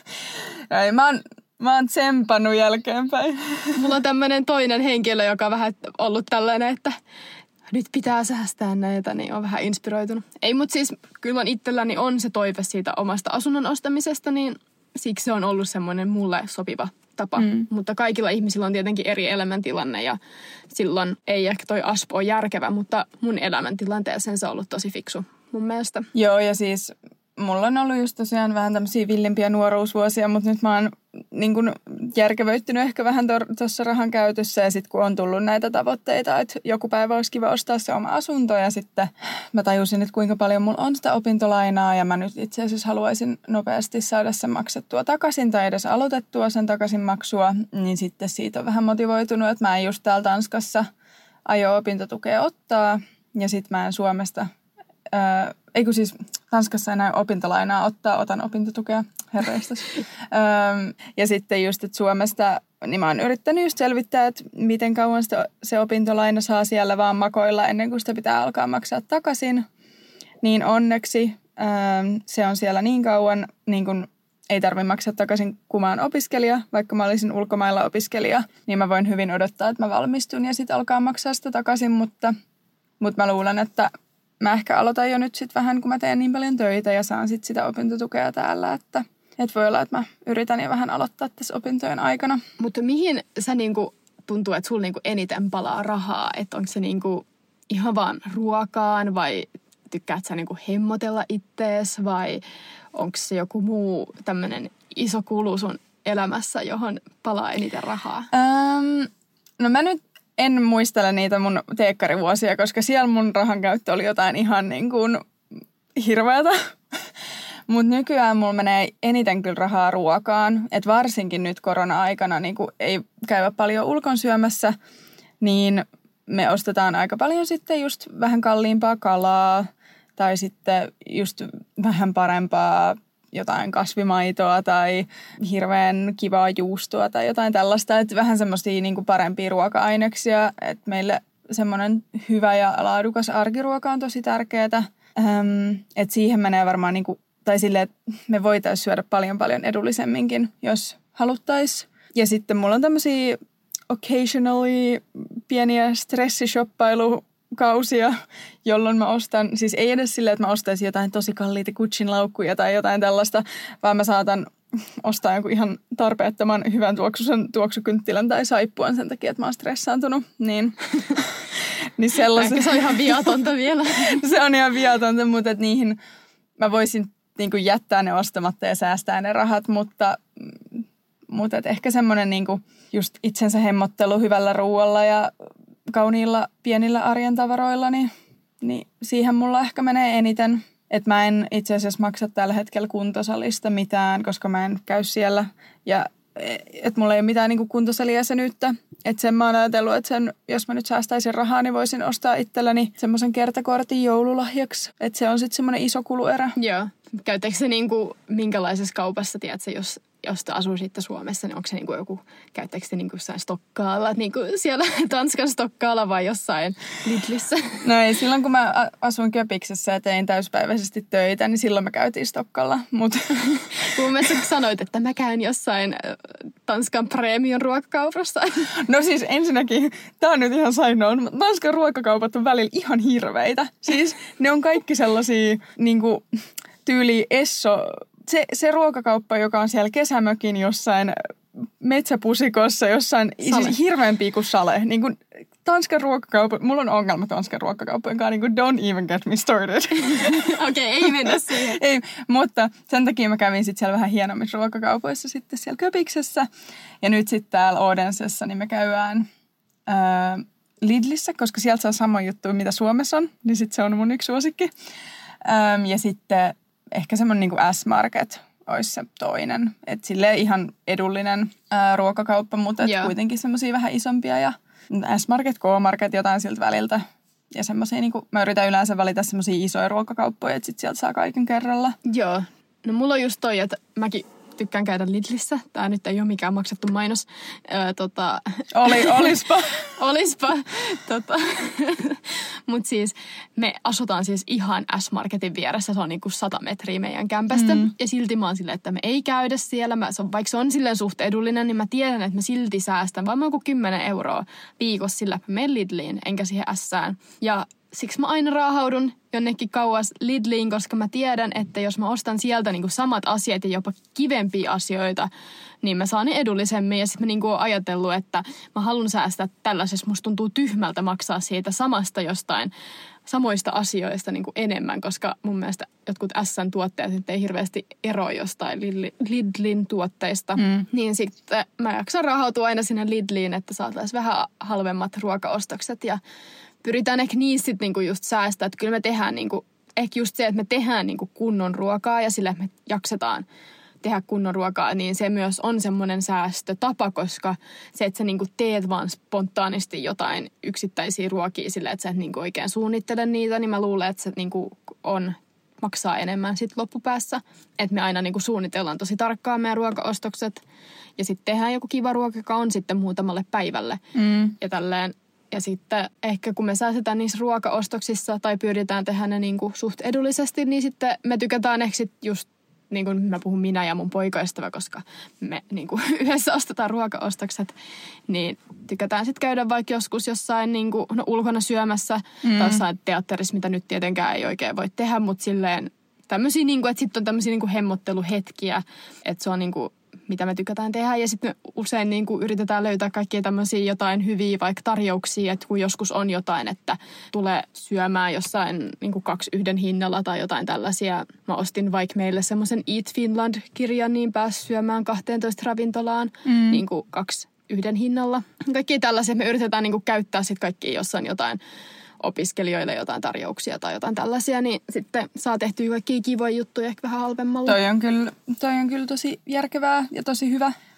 ei, mä oon, mä oon tsempannut jälkeenpäin. Mulla on tämmöinen toinen henkilö, joka on vähän ollut tällainen, että nyt pitää säästää näitä, niin on vähän inspiroitunut. Ei, mutta siis kyllä itselläni on se toive siitä omasta asunnon ostamisesta, niin siksi se on ollut semmoinen mulle sopiva tapa. Mm. Mutta kaikilla ihmisillä on tietenkin eri elämäntilanne ja silloin ei ehkä toi A S P ole järkevä, mutta mun elämäntilanteeseen se on ollut tosi fiksu mun mielestä. Joo, ja siis mulla on ollut just tosiaan vähän tämmöisiä villimpiä nuoruusvuosia, mutta nyt mä oon niin kun järkevöittynyt ehkä vähän tuossa rahan käytössä ja sitten kun on tullut näitä tavoitteita, että joku päivä olisi kiva ostaa se oma asunto ja sitten mä tajusin, että kuinka paljon mulla on sitä opintolainaa ja mä nyt itse asiassa haluaisin nopeasti saada sen maksettua takaisin tai edes aloitettua sen takaisin maksua, niin sitten siitä on vähän motivoitunut, että mä en just täällä Tanskassa aio opintotukea ottaa ja sitten mä en Suomesta... Öö, ei kun siis Tanskassa enää opintolainaa ottaa, otan opintotukea, herreistas. öö, ja sitten just, että Suomesta, niin mä oon yrittänyt just selvittää, että miten kauan sitä, se opintolaina saa siellä vaan makoilla ennen kuin sitä pitää alkaa maksaa takaisin. Niin onneksi öö, se on siellä niin kauan, niin kun ei tarvitse maksaa takaisin, kun mä oon opiskelija. Vaikka mä olisin ulkomailla opiskelija, niin mä voin hyvin odottaa, että mä valmistun ja sitten alkaa maksaa sitä takaisin, mutta, mutta mä luulen, että mä ehkä aloitan jo nyt sitten vähän, kun mä teen niin paljon töitä ja saan sitten sitä opintotukea täällä, että, että voi olla, että mä yritän jo vähän aloittaa tässä opintojen aikana. Mutta mihin sä niinku tuntuu, että sulla niinku eniten palaa rahaa? Että onko se niinku ihan vaan ruokaan vai tykkäät sä niinku hemmotella ittees vai onko se joku muu tämmöinen iso kulu sun elämässä, johon palaa eniten rahaa? Ähm, no mä nyt en muistele niitä mun teekkarivuosia, koska siellä mun rahan käyttö oli jotain ihan niin kuin hirveätä. Mutta nykyään mulla menee eniten kyllä rahaa ruokaan. Että varsinkin nyt korona-aikana niin kun ei käydä paljon ulkon syömässä, niin me ostetaan aika paljon sitten just vähän kalliimpaa kalaa Tai sitten just vähän parempaa jotain kasvimaitoa tai hirveän kivaa juustoa tai jotain tällaista. Että vähän semmoisia niin kuin parempia ruoka-aineksia. Että meille semmoinen hyvä ja laadukas arkiruoka on tosi tärkeää. Ähm, että siihen menee varmaan, niin kuin, tai silleen, että me voitaisiin syödä paljon paljon edullisemminkin, jos haluttaisiin. Ja sitten mulla on tämmöisiä occasionally pieniä stressishoppailu-kausia, jolloin mä ostan, siis ei edes silleen, että mä ostaisin jotain tosi kalliita Gucciin laukkuja tai jotain tällaista, vaan mä saatan ostaa jonkun ihan tarpeettoman hyvän tuoksusen tuoksukynttilän tai saippuan sen takia, että mä oon stressaantunut. Niin, niin Ehkä se on ihan viatonta vielä. Se on ihan viatonta, mutta että niihin mä voisin niin kuin jättää ne ostamatta ja säästää ne rahat, mutta, mutta että ehkä semmoinen niin kuin just itsensä hemmottelu hyvällä ruualla ja kauniilla pienillä arjen tavaroilla, niin, niin siihen mulla ehkä menee eniten. Että mä en itse asiassa maksa tällä hetkellä kuntosalista mitään, koska mä en käy siellä. Ja että mulla ei ole mitään niin kuin kuntosalijäsenyyttä. Että sen mä oon ajatellut, että sen, jos mä nyt säästäisin rahaa, niin voisin ostaa itselleni semmoisen kertakortin joululahjaksi. Että se on sitten semmoinen iso kuluerä. Joo. Käytätkö se niinku minkälaisessa kaupassa, tiedätkö, jos, jos te asuisitte Suomessa, niin onko se niinku joku, käyttäkö te niinku jossain Stokkaalla, niinku siellä Tanskan Stokkaalla vai jossain Lidlissä? No ei, silloin kun mä asuin Köpiksessä ja tein täyspäiväisesti töitä, niin silloin me käytiin Stokkalla. Mut. Mun mielestä sanoit, että mä käyn jossain Tanskan premium ruokakaupassa. No siis ensinnäkin, tää on nyt ihan sainoon, Tanskan ruokakaupat on välillä ihan hirveitä. Siis ne on kaikki sellaisia niinku tyyli Esso, se, se ruokakauppa, joka on siellä kesämökin jossain metsäpusikossa, jossain siis hirveämpi kuin Sale. Niin kuin Tanskan ruokakauppa, mulla on ongelma Tanskan ruokakauppojen kanssa, niin kuin don't even get me started. Okei, okay, ei mennä siihen. Ei, mutta sen takia mä kävin sitten siellä vähän hienommissa ruokakaupoissa sitten siellä Köpiksessä. Ja nyt sitten täällä Odensessa, niin me käydään ää, Lidlissä, koska sieltä saa sama juttu, mitä Suomessa on. Niin sitten se on mun yksi suosikki. Äm, ja sitten ehkä semmoinen niin kuin S-Market olisi se toinen. Että silleen ihan edullinen ää, ruokakauppa, mutta et kuitenkin semmoisia vähän isompia. Ja S-Market, K-Market, jotain siltä väliltä. Ja semmoisia, niin kuin, mä yritän yleensä valita semmoisia isoja ruokakauppoja, että sitten sieltä saa kaiken kerralla. Joo. No mulla on just toi, että mäkin tykkään käydä Lidlissä. Tää nyt ei ole mikään maksettu mainos. Öö, tota... Oli, olispa. olispa. Tota... Mutta siis me asutaan siis ihan S-Marketin vieressä. Se on niinku sata metriä meidän kämpästä. Mm. Ja silti mä oon silleen, että me ei käydä siellä. Mä, se on, vaikka se on silleen suht edullinen, niin mä tiedän, että mä silti säästän vaan joku kymmenen euroa viikossa sillä, että mä menen Lidliin, enkä siihen Sään. Ja siksi mä aina raahaudun jonnekin kauas Lidliin, koska mä tiedän, että jos mä ostan sieltä niinku samat asiat ja jopa kivempiä asioita, niin mä saan ne edullisemmin. Ja sitten mä niinku oon ajatellut, että mä haluan säästää tällaisessa. Musta tuntuu tyhmältä maksaa siitä samasta jostain samoista asioista niinku enemmän, koska mun mielestä jotkut S:n tuotteet nyt ei hirveästi eroa jostain Lidlin tuotteista. Mm. Niin sitten mä jaksan rahautua aina sinne Lidliin, että saataisiin vähän halvemmat ruokaostokset ja pyritään ehkä niissä sitten niinku just säästää, että kyllä me tehdään niinku, ehkä just se, että me tehdään niinku kunnon ruokaa ja sillä, että me jaksetaan tehdä kunnon ruokaa, niin se myös on semmoinen säästötapa, koska se, että sä niinku teet vaan spontaanisti jotain yksittäisiä ruokia sillä, että sä et niinku oikein suunnittele niitä, niin mä luulen, että se niinku on, maksaa enemmän sit loppupäässä. Että me aina niinku suunnitellaan tosi tarkkaan meidän ruokaostokset ja sitten tehdään joku kiva ruoka, joka on sitten muutamalle päivälle mm. ja tälleen. Ja sitten ehkä kun me säästetään niissä ruokaostoksissa tai pyydetään tehdä ne niinku suht edullisesti, niin sitten me tykätään ehkä sit just, niin kuin mä puhun minä ja mun poikaystävä, koska me niinku yhdessä ostetaan ruokaostokset, niin tykätään sitten käydä vaikka joskus jossain niinku, no, ulkona syömässä mm. tai jossain teatterissa, mitä nyt tietenkään ei oikein voi tehdä, mutta silleen tämmöisiä, niinku, että sitten on tämmöisiä niinku hemmotteluhetkiä, että se on niinku mitä me tykätään tehdä. Ja sitten me usein niin kuin yritetään löytää kaikkia tämmöisiä jotain hyviä vaikka tarjouksia, että kun joskus on jotain, että tulee syömään jossain niin kuin kaksi yhden hinnalla tai jotain tällaisia. Mä ostin vaikka meille semmoisen Eat Finland-kirjan, niin pääsi syömään kahteentoista ravintolaan mm. niin kuin kaksi yhden hinnalla. Kaikkia tällaisia me yritetään niin kuin käyttää sitten kaikkia jossain jotain opiskelijoille jotain tarjouksia tai jotain tällaisia, niin sitten saa tehtyä kaikkia kivoja juttuja ehkä vähän halvemmalla. Toi on kyllä, toi on kyllä tosi järkevää ja tosi hyvä.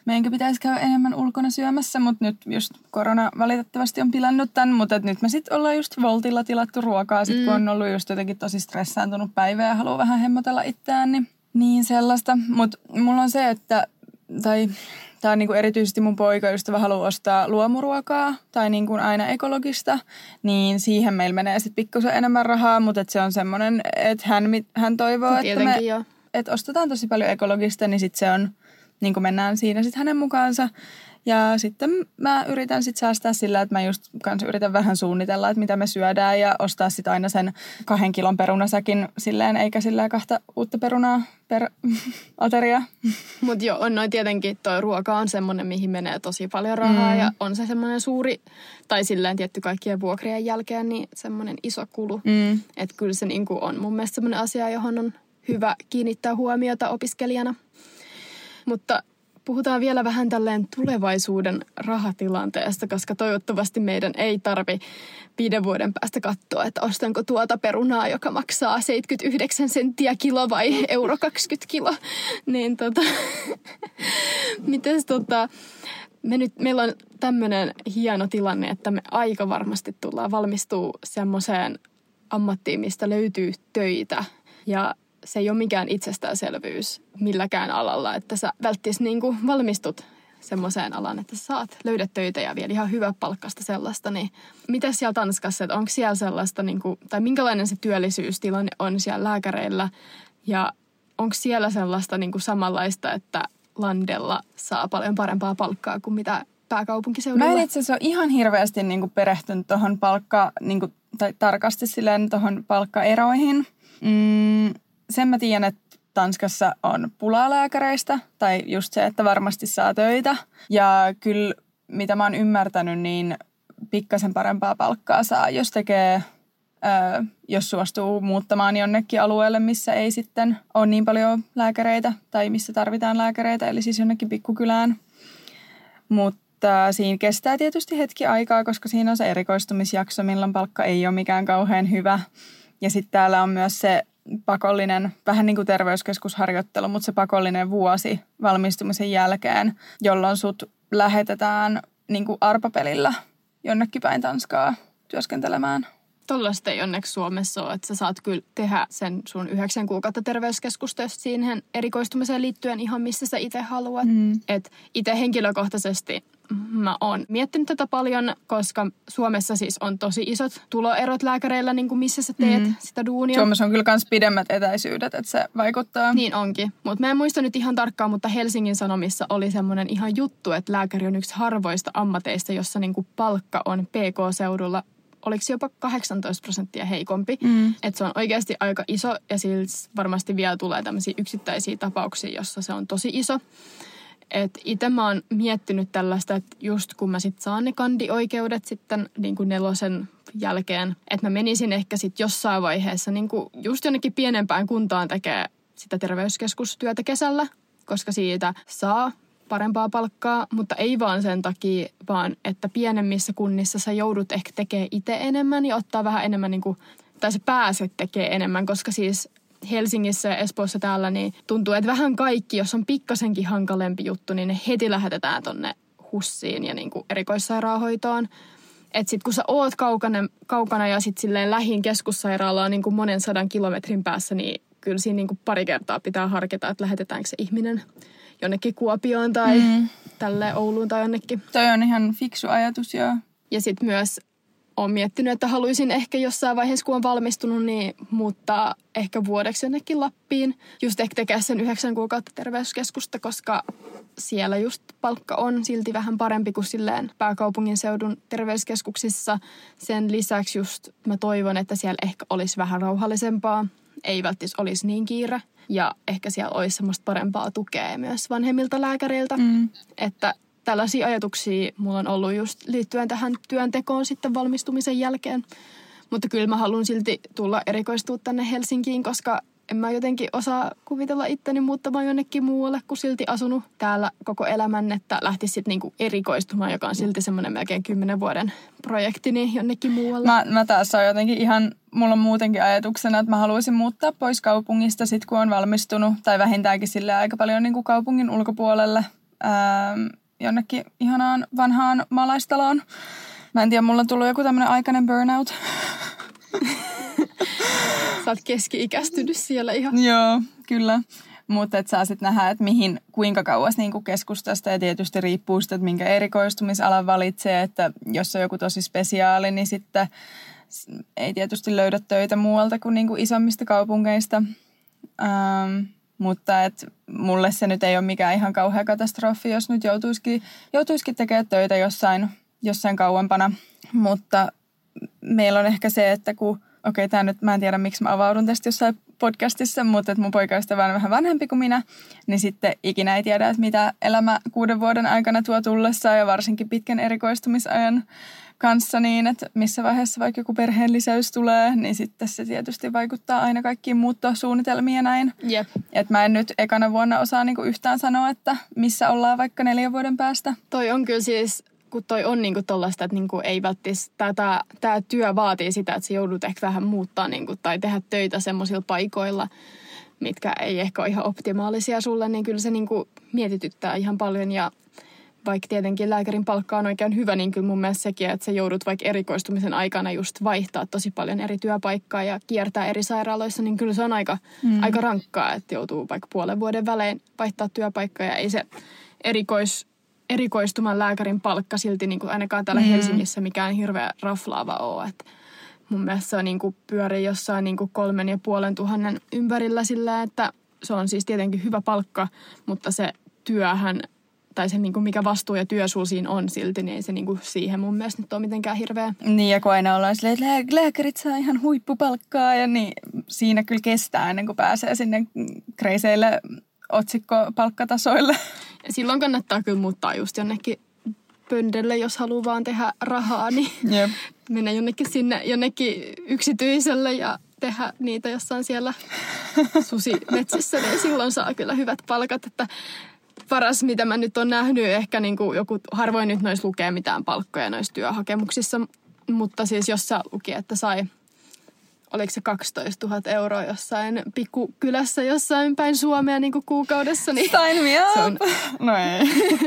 meidänkä pitäisi käydä enemmän ulkona syömässä, mutta nyt just korona valitettavasti on pilannut tämän, mutta nyt me sitten ollaan just Voltilla tilattu ruokaa, sit, mm. kun on ollut just jotenkin tosi stressaantunut päivä ja haluaa vähän hemmotella itseään, niin, niin sellaista. Mutta mulla on se, että, tai tää on niinku erityisesti mun poikaystävä haluaa ostaa luomuruokaa tai niinku aina ekologista, niin siihen meillä menee sitten pikkusen enemmän rahaa, mutta et se on semmoinen, että hän, hän toivoo, no, että me jo. Et ostetaan tosi paljon ekologista, niin sitten se on, niin kuin mennään siinä sitten hänen mukaansa. Ja sitten mä yritän sitten säästää sillä, että mä just kanssa yritän vähän suunnitella, että mitä me syödään ja ostaa sitten aina sen kahden kilon perunasäkin silleen, eikä silleen kahta uutta perunaa per ateria. Mutta joo, on noin tietenkin, toi ruoka on semmoinen, mihin menee tosi paljon rahaa mm. ja on se semmoinen suuri, tai silleen tietty kaikkien vuokrien jälkeen, niin semmoinen iso kulu. Mm. Että kyllä se niinku on mun mielestä semmoinen asia, johon on hyvä kiinnittää huomiota opiskelijana. Mutta puhutaan vielä vähän tälleen tulevaisuuden rahatilanteesta, koska toivottavasti meidän ei tarvi viiden vuoden päästä katsoa, että ostanko tuota perunaa, joka maksaa seitsemänkymmentäyhdeksän senttiä kilo vai euro kaksikymmentä kilo. Niin tota, mites tota, me nyt, meillä on tämmöinen hieno tilanne, että me aika varmasti tullaan valmistua semmoiseen ammattiin, mistä löytyy töitä ja se ei ole mikään itsestäänselvyys milläkään alalla, että sä välttis niinku valmistut semmoiseen alaan, että sä saat löydät töitä ja vielä ihan hyvä palkkasta sellaista. Niin miten siellä Tanskassa, että onko siellä sellaista, niinku, tai minkälainen se työllisyystilanne on siellä lääkäreillä ja onko siellä sellaista niinku samanlaista, että landella saa paljon parempaa palkkaa kuin mitä pääkaupunkiseudulla? Mä en itse asiassa ole ihan hirveästi niinku perehtynyt tuohon palkka, niinku, tai tarkasti silleen tuohon palkkaeroihin. Mm. Sen mä tiedän, että Tanskassa on pulaa lääkäreistä, tai just se, että varmasti saa töitä. Ja kyllä, mitä mä oon ymmärtänyt, niin pikkasen parempaa palkkaa saa, jos tekee, ää, jos suostuu muuttamaan jonnekin alueelle, missä ei sitten ole niin paljon lääkäreitä, tai missä tarvitaan lääkäreitä, eli siis jonnekin pikkukylään. Mutta siinä kestää tietysti hetki aikaa, koska siinä on se erikoistumisjakso, milloin palkka ei ole mikään kauhean hyvä. Ja sitten täällä on myös se pakollinen, vähän niin kuin terveyskeskusharjoittelu, mutta se pakollinen vuosi valmistumisen jälkeen, jolloin sut lähetetään niin kuin arpapelillä jonnekin päin Tanskaa työskentelemään. Tollaista ei onneksi Suomessa ole, että sä saat kyllä tehdä sen sun yhdeksän kuukautta terveyskeskusta siihen erikoistumiseen liittyen ihan missä sä itse haluat. Mm. Että itse henkilökohtaisesti mä oon miettinyt tätä paljon, koska Suomessa siis on tosi isot tuloerot lääkäreillä, niin kuin missä sä teet mm. sitä duunia. Suomessa on kyllä myös pidemmät etäisyydet, että se vaikuttaa. Niin onkin. Mutta mä en muista nyt ihan tarkkaan, mutta Helsingin Sanomissa oli semmoinen ihan juttu, että lääkäri on yksi harvoista ammateista, jossa niin kuin palkka on P K-seudulla oliko se jopa kahdeksantoista prosenttia heikompi. Mm. Että se on oikeasti aika iso ja siis varmasti vielä tulee tämmöisiä yksittäisiä tapauksia, jossa se on tosi iso. Että itse mä oon miettinyt tällaista, että just kun mä sit saan ne kandioikeudet sitten niin kuin nelosen jälkeen, että mä menisin ehkä sit jossain vaiheessa niin kuin just jonnekin pienempään kuntaan tekee sitä terveyskeskustyötä kesällä, koska siitä saa parempaa palkkaa, mutta ei vaan sen takia, vaan että pienemmissä kunnissa sä joudut ehkä tekemään itse enemmän ja ottaa vähän enemmän, niin kuin, tai sä pääset tekemään enemmän, koska siis Helsingissä ja Espoossa täällä niin tuntuu, että vähän kaikki, jos on pikkasenkin hankalempi juttu, niin ne heti lähetetään tonne hussiin ja niin kuin erikoissairaanhoitoon. Että sit kun sä oot kaukana, kaukana ja sit silleen lähin keskussairaalaan niin kuin monen sadan kilometrin päässä, niin kyllä siinä niin kuin pari kertaa pitää harkita, että lähetetäänkö se ihminen jonnekin Kuopioon tai mm. tälle Ouluun tai jonnekin. Toi on ihan fiksu ajatus, joo. Ja sitten myös olen miettinyt, että haluaisin ehkä jossain vaiheessa, kun on valmistunut, niin muuttaa ehkä vuodeksi jonnekin Lappiin. Just ehkä tekee sen yhdeksän kuukautta terveyskeskusta, koska siellä just palkka on silti vähän parempi kuin silleen pääkaupungin seudun terveyskeskuksissa. Sen lisäksi just mä toivon, että siellä ehkä olisi vähän rauhallisempaa. Ei välttämättä olisi niin kiire. Ja ehkä siellä olisi semmoista parempaa tukea myös vanhemmilta lääkäreiltä. Mm. Että tällaisia ajatuksia mulla on ollut just liittyen tähän työntekoon sitten valmistumisen jälkeen. Mutta kyllä mä haluan silti tulla erikoistua tänne Helsinkiin, koska en mä jotenkin osaa kuvitella itteni muuttamaan jonnekin muualle, kun silti asunut täällä koko elämän, että lähtisi sitten niinku erikoistumaan, joka on silti semmoinen melkein kymmenen vuoden projekti, niin jonnekin muualle. Mä, mä taas on jotenkin ihan, mulla on muutenkin ajatuksena, että mä haluaisin muuttaa pois kaupungista sit kun on valmistunut, tai vähintäänkin sille aika paljon niinku kaupungin ulkopuolelle. ää, jonnekin ihanaan vanhaan maalaistaloon. Mä en tiedä, mulla on tullut joku tämmönen aikainen burnout. Sä oot keski-ikäistynyt siellä ihan. Joo, kyllä. Mutta et saa sitten nähdä, että mihin, kuinka kauas niinku keskustasta ja tietysti riippuu sitten, että minkä erikoistumisalan valitsee, että jos on joku tosi spesiaali, niin sitten ei tietysti löydä töitä muualta kuin niinku isommista kaupungeista. Ähm, mutta et mulle se nyt ei ole mikään ihan kauhea katastrofi, jos nyt joutuisikin, joutuisikin tekemään töitä jossain, jossain kauempana. Mutta meillä on ehkä se, että kun, okei okay, tämä nyt, mä en tiedä miksi mä avaudun tästä jossain podcastissa, mutta että mun poikaystävä on vähän vanhempi kuin minä, niin sitten ikinä ei tiedä, että mitä elämä kuuden vuoden aikana tuo tullessaan ja varsinkin pitkän erikoistumisajan kanssa niin, että missä vaiheessa vaikka joku perheen lisäys tulee, niin sitten se tietysti vaikuttaa aina kaikkiin muuttosuunnitelmiin ja näin. Jep. Että mä en nyt ekana vuonna osaa niinku yhtään sanoa, että missä ollaan vaikka neljän vuoden päästä. Toi on kyllä siis, kun toi on niinku tollaista, että niinku ei välttis, tää, tää työ vaatii sitä, että sä joudut ehkä vähän muuttaa niinku, tai tehdä töitä semmoisilla paikoilla, mitkä ei ehkä ole ihan optimaalisia sulle, niin kyllä se niinku mietityttää ihan paljon. Ja vaikka tietenkin lääkärin palkka on oikein hyvä, niin kyllä mun mielestä sekin, että sä joudut vaikka erikoistumisen aikana just vaihtaa tosi paljon eri työpaikkaa ja kiertää eri sairaaloissa, niin kyllä se on aika, mm. aika rankkaa, että joutuu vaikka puolen vuoden välein vaihtaa työpaikkaa ja ei se erikois, erikoistuman lääkärin palkka silti niin kuin ainakaan täällä mm. Helsingissä mikään hirveä raflaava ole. Että mun mielestä se on niin kuin pyörii jossain niin kuin kolmen ja puolen tuhannen ympärillä sillä, että se on siis tietenkin hyvä palkka, mutta se työhän tai se, mikä vastuu ja työ sulla siinä on silti, niin ei se niinku siihen mun mielestä nyt ole mitenkään hirveä. Niin, ja kun aina ollaan silleen, että lääkärit saa ihan huippupalkkaa, ja niin siinä kyllä kestää ennen kuin pääsee sinne kreiseille otsikkopalkkatasoille. Ja silloin kannattaa kyllä muuttaa just jonnekin pöndelle, jos haluaa vaan tehdä rahaa, niin yep. mennä jonnekin sinne, jonnekin yksityiselle ja tehdä niitä jossain siellä susimetsissä, niin silloin saa kyllä hyvät palkat, että paras, mitä mä nyt on nähnyt, ehkä niin kuin joku, harvoin nyt noissa lukee mitään palkkoja noissa työhakemuksissa, mutta siis jos sä luki, että sai, oliko se kaksitoistatuhatta euroa jossain pikkukylässä jossain päin Suomea niin kuin kuukaudessa, niin sign me up! Se on, no ei.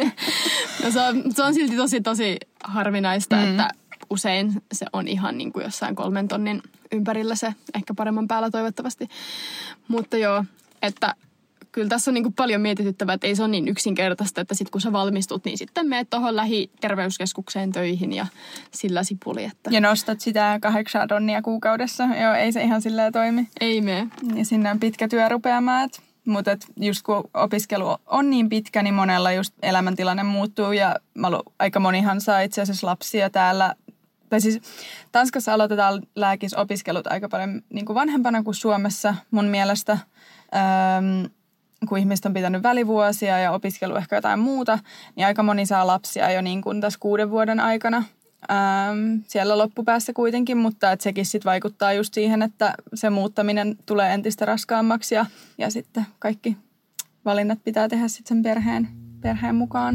no se, on, se on silti tosi, tosi harvinaista, mm. että usein se on ihan niin kuin jossain kolmen tonnin ympärillä se, ehkä paremman päällä toivottavasti. Mutta joo, että kyllä tässä on niin kuin paljon mietityttävää, että ei se ole niin yksinkertaista, että sitten kun sä valmistut, niin sitten menet tuohon lähiterveyskeskukseen töihin ja sillä sipuli. Että ja nostat sitä kahdeksan tonnia kuukaudessa. Joo, ei se ihan silleen toimi. Ei mene. Ja sinne on pitkä työ rupeamaan. Mutta just kun opiskelu on niin pitkä, niin monella just elämäntilanne muuttuu. Ja aika monihan saa itse asiassa lapsia täällä. Tai siis Tanskassa aloitetaan lääkisopiskelut aika paljon niin kuin vanhempana kuin Suomessa mun mielestä. Öm, kun ihmiset on pitänyt välivuosia ja opiskelu ehkä jotain muuta, niin aika moni saa lapsia jo niin kuin tässä kuuden vuoden aikana. Ähm, siellä loppupäässä kuitenkin, mutta et sekin sitten vaikuttaa just siihen, että se muuttaminen tulee entistä raskaammaksi ja, ja sitten kaikki valinnat pitää tehdä sitten sen perheen, perheen mukaan.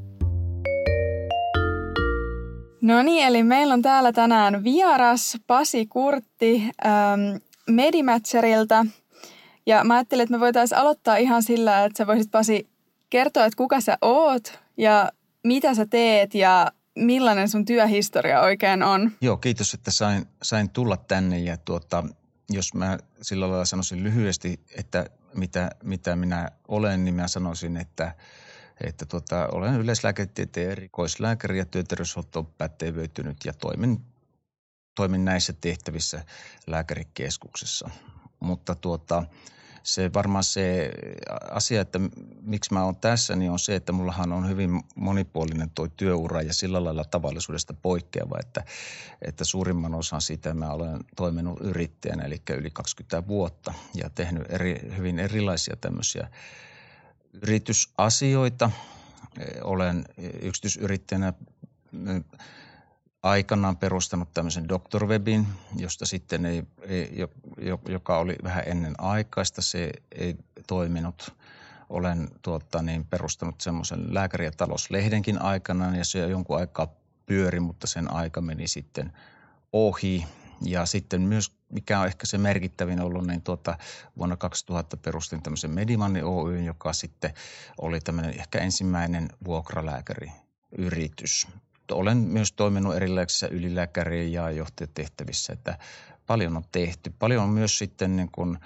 No niin, eli meillä on täällä tänään vieras Pasi Kurtti ähm, Medimatcherilta. Ja mä ajattelin, että me voitaisiin aloittaa ihan sillä, että sä voisit, Pasi, kertoa, että kuka sä oot ja mitä sä teet ja millainen sun työhistoria oikein on. Joo, kiitos, että sain, sain tulla tänne ja tuota, jos mä sillä lailla sanoisin lyhyesti, että mitä, mitä minä olen, niin mä sanoisin, että, että tuota, olen yleislääketieteen erikoislääkäri ja työterveyshuoltoon pätevöitynyt ja toimin, toimin näissä tehtävissä lääkärikeskuksessa. Mutta tuota, se varmaan se asia, että miksi mä oon tässä, niin on se, että mullahan on hyvin monipuolinen tuo työura ja sillä lailla tavallisuudesta poikkeava, että, että suurimman osan siitä mä olen toiminut yrittäjänä, eli yli kaksikymmentä vuotta ja tehnyt eri, hyvin erilaisia tämmöisiä yritysasioita. Olen yksityisyrittäjänä aikanaan perustanut tämmöisen DoctorWebin, josta sitten ei, ei, joka oli vähän ennen aikaista, se ei toiminut. Olen tuota, niin, perustanut semmoisen Lääkäri- ja talouslehdenkin aikanaan ja se jonkun aikaa pyöri, mutta sen aika meni sitten ohi. Ja sitten myös, mikä on ehkä se merkittävin ollut, niin tuota, vuonna kaksituhatta perustin tämmöisen Medimanni Oy, joka sitten oli tämmöinen ehkä ensimmäinen vuokralääkäriyritys. Olen myös toiminut erilaisissa ylilääkäri- ja johtajatehtävissä, että paljon on tehty. Paljon on myös sitten niin kuin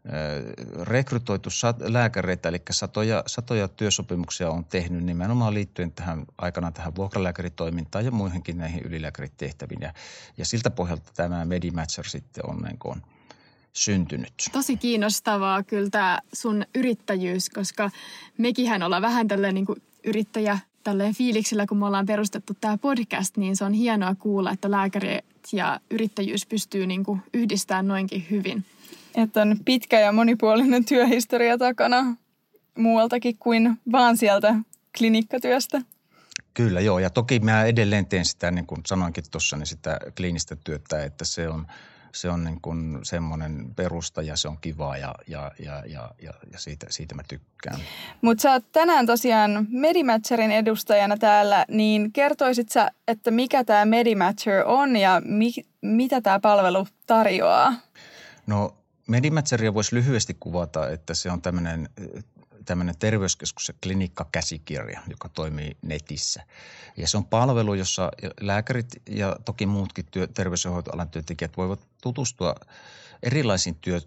rekrytoitu lääkäreitä, eli satoja, satoja työsopimuksia on tehnyt nimenomaan liittyen tähän aikanaan tähän vuokralääkäritoimintaan ja muihinkin näihin ylilääkäritehtäviin. Ja, ja siltä pohjalta tämä Medimatcher sitten on, niin kuin, syntynyt. Tosi kiinnostavaa kyllä tämä sun yrittäjyys, koska mekihän ollaan vähän tälleen niin kuin yrittäjä tälleen fiiliksellä, kun me ollaan perustettu tämä podcast, niin se on hienoa kuulla, että lääkärit ja yrittäjyys pystyy niin kuin yhdistämään noinkin hyvin. Että on pitkä ja monipuolinen työhistoria takana muualtakin kuin vaan sieltä klinikkatyöstä. Kyllä joo, ja toki mä edelleen teen sitä, niin kuin sanoinkin tuossa, niin sitä kliinistä työtä, että se on, se on niin kuin semmoinen perusta ja se on kivaa ja, ja, ja, ja, ja siitä, siitä mä tykkään. Mutta sä oot tänään tosiaan Medimatcherin edustajana täällä, niin kertoisit sä, että mikä tämä Medimatcher on ja mi, mitä tämä palvelu tarjoaa? No Medimatcheria voisi lyhyesti kuvata, että se on tämmöinen, tämmöinen terveyskeskus- ja klinikkakäsikirja, joka toimii netissä. Ja se on palvelu, jossa lääkärit ja toki muutkin työ, terveys- ja hoitoalan työntekijät voivat tutustua erilaisiin työ,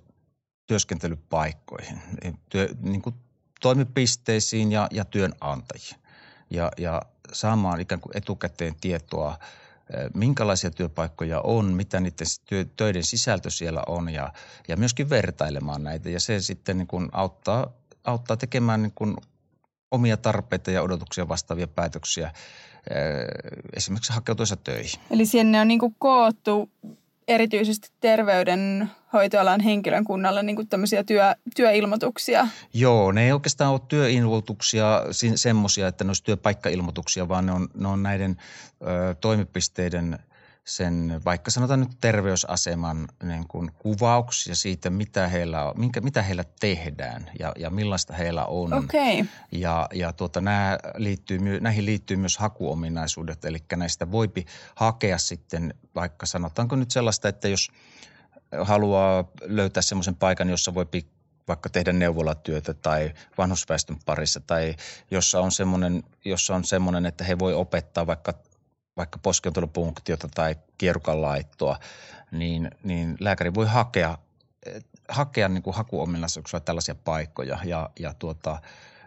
työskentelypaikkoihin, työ, niin kuin toimipisteisiin ja, ja työnantajiin. Ja, ja saamaan ikään kuin etukäteen tietoa, minkälaisia työpaikkoja on, mitä niiden työ, töiden sisältö siellä on ja, ja myöskin vertailemaan näitä. Ja se sitten niin kuin auttaa, auttaa tekemään niin kuin omia tarpeita ja odotuksia vastaavia päätöksiä esimerkiksi hakeutuessa töihin. Eli sinne on niin kuin koottu erityisesti terveydenhoitoalan henkilökunnalle niin kuin tämmöisiä työ, työilmoituksia? Joo, ne ei oikeastaan ole työilmoituksia semmoisia, että ne olisi työpaikkailmoituksia, vaan ne on, ne on näiden ö, toimipisteiden sen, vaikka sanotaan nyt terveysaseman niin kuin kuvauksia siitä, mitä heillä, minkä, mitä heillä tehdään ja, ja millaista heillä on. Okay. Ja, ja tuota, nämä liittyy, näihin liittyy myös hakuominaisuudet, eli näistä voipi hakea sitten vaikka sanotaanko nyt sellaista, että jos haluaa löytää semmoisen paikan, jossa voipi vaikka tehdä neuvolatyötä tai vanhusväestön parissa tai jossa on semmoinen, jossa on semmoinen että he voi opettaa vaikka vaikka poskeontelupunktiota tai kierukanlaittoa, niin, niin lääkäri voi hakea, hakea niin kuin hakuominaisuuksia tällaisia paikkoja ja, ja tuota,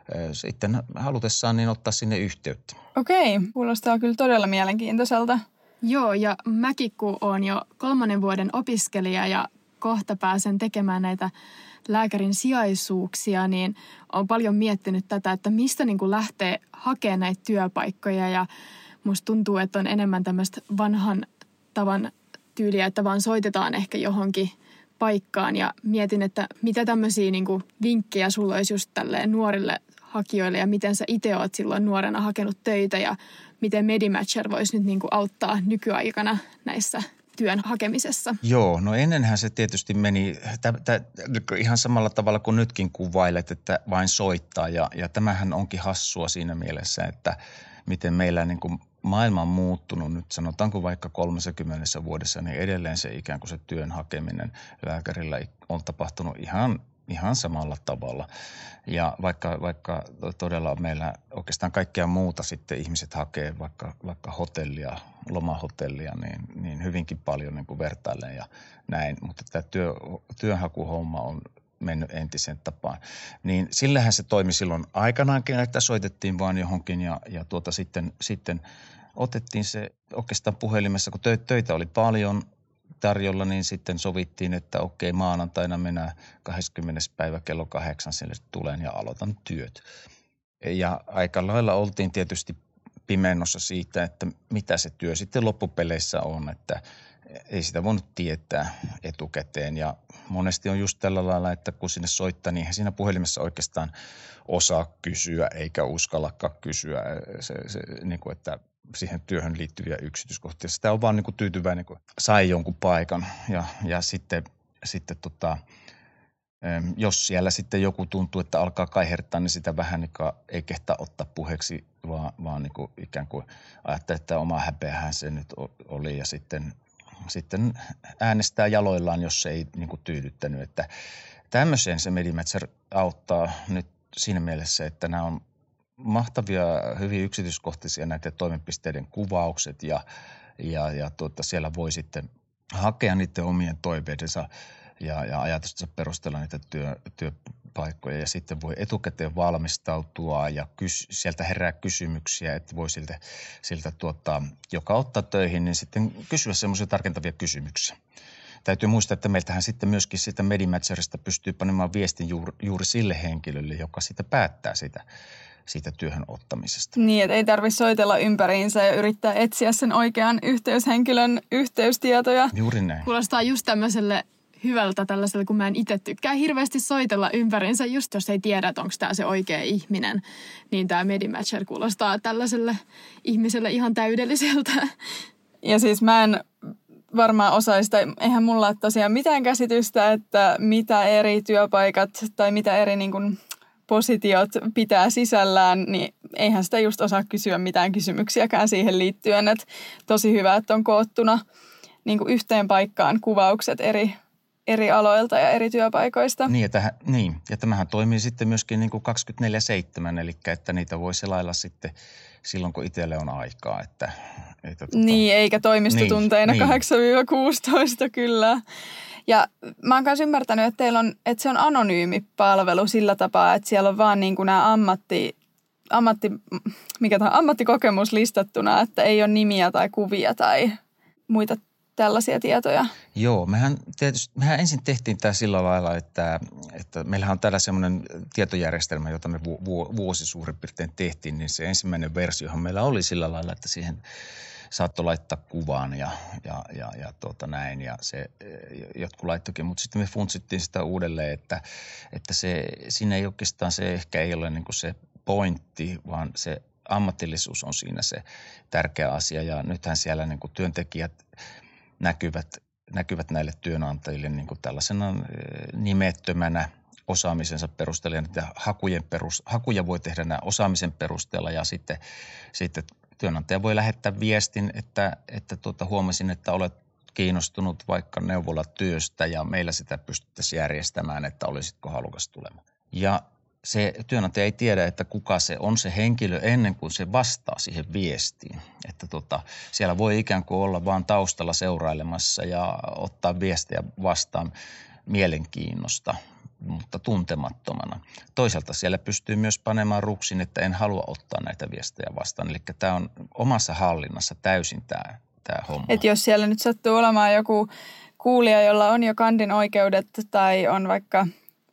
sitten halutessaan niin ottaa sinne yhteyttä. Okei, kuulostaa kyllä todella mielenkiintoiselta. Joo, ja mäkin kun olen jo kolmannen vuoden opiskelija ja kohta pääsen tekemään näitä lääkärin sijaisuuksia, niin olen paljon miettinyt tätä, että mistä niin kuin lähtee hakemaan näitä työpaikkoja ja musta tuntuu, että on enemmän tämmöistä vanhan tavan tyyliä, että vaan soitetaan ehkä johonkin paikkaan. Ja mietin, että mitä tämmöisiä niin kuin vinkkejä sulla olisi just tälleen nuorille hakijoille ja miten sä itse oot silloin nuorena hakenut töitä ja miten Medimatcher voisi nyt niin kuin auttaa nykyaikana näissä työn hakemisessa. Joo, no ennenhän se tietysti meni tä, tä, ihan samalla tavalla kuin nytkin kuvailet, että vain soittaa ja, ja tämähän onkin hassua siinä mielessä, että miten meillä niin kuin maailma on muuttunut nyt, sanotaanko vaikka kolmekymmentä vuodessa, niin edelleen se ikään kuin se työn hakeminen lääkärillä on tapahtunut ihan, ihan samalla tavalla. Ja vaikka, vaikka todella meillä oikeastaan kaikkea muuta sitten ihmiset hakee, vaikka, vaikka hotellia, lomahotellia, niin, niin hyvinkin paljon niin kuin vertailee ja näin. Mutta tämä työ, työnhakuhomma on mennyt entiseen tapaan. Niin sillähän se toimi silloin aikanaankin, että soitettiin vaan johonkin ja, ja tuota sitten, sitten otettiin se oikeastaan puhelimessa, kun töitä oli paljon tarjolla, niin sitten sovittiin, että okei maanantaina minä kahdeskymmenes päivä kello kahdeksan sille tulen ja aloitan työt. Ja aika lailla oltiin tietysti pimennossa siitä, että mitä se työ sitten loppupeleissä on, että ei sitä voinut tietää etukäteen ja monesti on just tällä lailla, että kun sinne soittaa, niin eihän siinä puhelimessa oikeastaan osaa kysyä eikä uskallakaan kysyä, se, se, niin kuin, että siihen työhön liittyviä yksityiskohtia. Sitä on vaan niin kuin tyytyväinen, kun sai jonkun paikan ja, ja sitten, sitten tota, jos siellä sitten joku tuntuu, että alkaa kaihertaa, niin sitä vähän niin ei kehtaa ottaa puheeksi, vaan, vaan niin kuin ikään kuin ajattelee, että oma häpeähän se nyt oli ja sitten sitten äänestää jaloillaan, jos se ei niin kuin tyydyttänyt. Että tämmöiseen se Medimatcher auttaa nyt siinä mielessä, että nämä on mahtavia, hyvin yksityiskohtaisia näiden toimipisteiden kuvaukset ja, ja, ja tuota, siellä voi sitten hakea niiden omien toiveidensa ja, ja ajatustensa perusteella niitä työ, työpaikkoja ja sitten voi etukäteen valmistautua ja kys, sieltä herää kysymyksiä, että voi siltä, siltä tuota, joka ottaa töihin, niin sitten kysyä semmoisia tarkentavia kysymyksiä. Täytyy muistaa, että meiltähän sitten myöskin sitä Medimatcherista pystyy panemaan viestin juuri, juuri sille henkilölle, joka sitä päättää sitä, siitä työhön ottamisesta. Niin, että ei tarvitse soitella ympäriinsä ja yrittää etsiä sen oikean yhteyshenkilön yhteystietoja. Juuri näin. Kuulostaa just tämmöiselle hyvältä tällaiselle, kun mä en itse tykkää hirveästi soitella ympäriinsä, just jos ei tiedä, että onko tämä se oikea ihminen, niin tämä Medimatcher kuulostaa tällaiselle ihmiselle ihan täydelliseltä. Ja siis mä en varmaan osaisi, tai eihän mulla ole tosiaan mitään käsitystä, että mitä eri työpaikat tai mitä eri niin kuin positiot pitää sisällään, niin eihän sitä just osaa kysyä mitään kysymyksiäkään siihen liittyen. Että tosi hyvä, että on koottuna niin kuin yhteen paikkaan kuvaukset eri, eri aloilta ja eri työpaikoista. Niin ja, tähän, niin, ja tämähän toimii sitten myöskin niin kuin kaksikymmentäneljä seitsemän, eli että niitä voi selailla sitten silloin, kun itselle on aikaa. Että, että tuota, niin, eikä toimistotunteina niin, kahdeksan kuusitoista kyllä. Ja mä oon myös ymmärtänyt, että, teillä on, että se on anonyymi palvelu sillä tapaa, että siellä on vaan niin kuin nämä ammatti, ammatti, mikä tämä, ammattikokemus listattuna, että ei ole nimiä tai kuvia tai muita tällaisia tietoja. Joo, mehän, tietysti, mehän ensin tehtiin tämä sillä lailla, että, että meillähän on täällä semmoinen tietojärjestelmä, jota me vu, vu, vuosi suurin piirtein tehtiin, niin se ensimmäinen versiohan meillä oli sillä lailla, että siihen saattoi laittaa kuvan ja, ja, ja, ja tuota näin ja se jotkut laittokin, mutta sitten me funtsittiin sitä uudelleen, että, että se, siinä ei oikeastaan se ehkä ei ole niin kuin se pointti, vaan se ammatillisuus on siinä se tärkeä asia ja nythän siellä niin kuin työntekijät näkyvät, näkyvät näille työnantajille niin kuin tällaisena nimettömänä osaamisensa perusteella ja niitä hakujen perus, hakuja voi tehdä nämä osaamisen perusteella ja sitten, sitten työnantaja voi lähettää viestin, että, että tuota, huomasin, että olet kiinnostunut vaikka neuvolatyöstä ja meillä sitä pystyttäisiin järjestämään, että olisitko halukas tulemaan. Ja se työnantaja ei tiedä, että kuka se on se henkilö ennen kuin se vastaa siihen viestiin. Että tuota, siellä voi ikään kuin olla vaan taustalla seurailemassa ja ottaa viestejä vastaan mielenkiinnosta, mutta tuntemattomana. Toisaalta siellä pystyy myös panemaan ruksin, että en halua ottaa näitä viestejä vastaan. Eli tämä on omassa hallinnassa täysin tämä, tämä homma. Että jos siellä nyt sattuu olemaan joku kuulija, jolla on jo kandin oikeudet tai on vaikka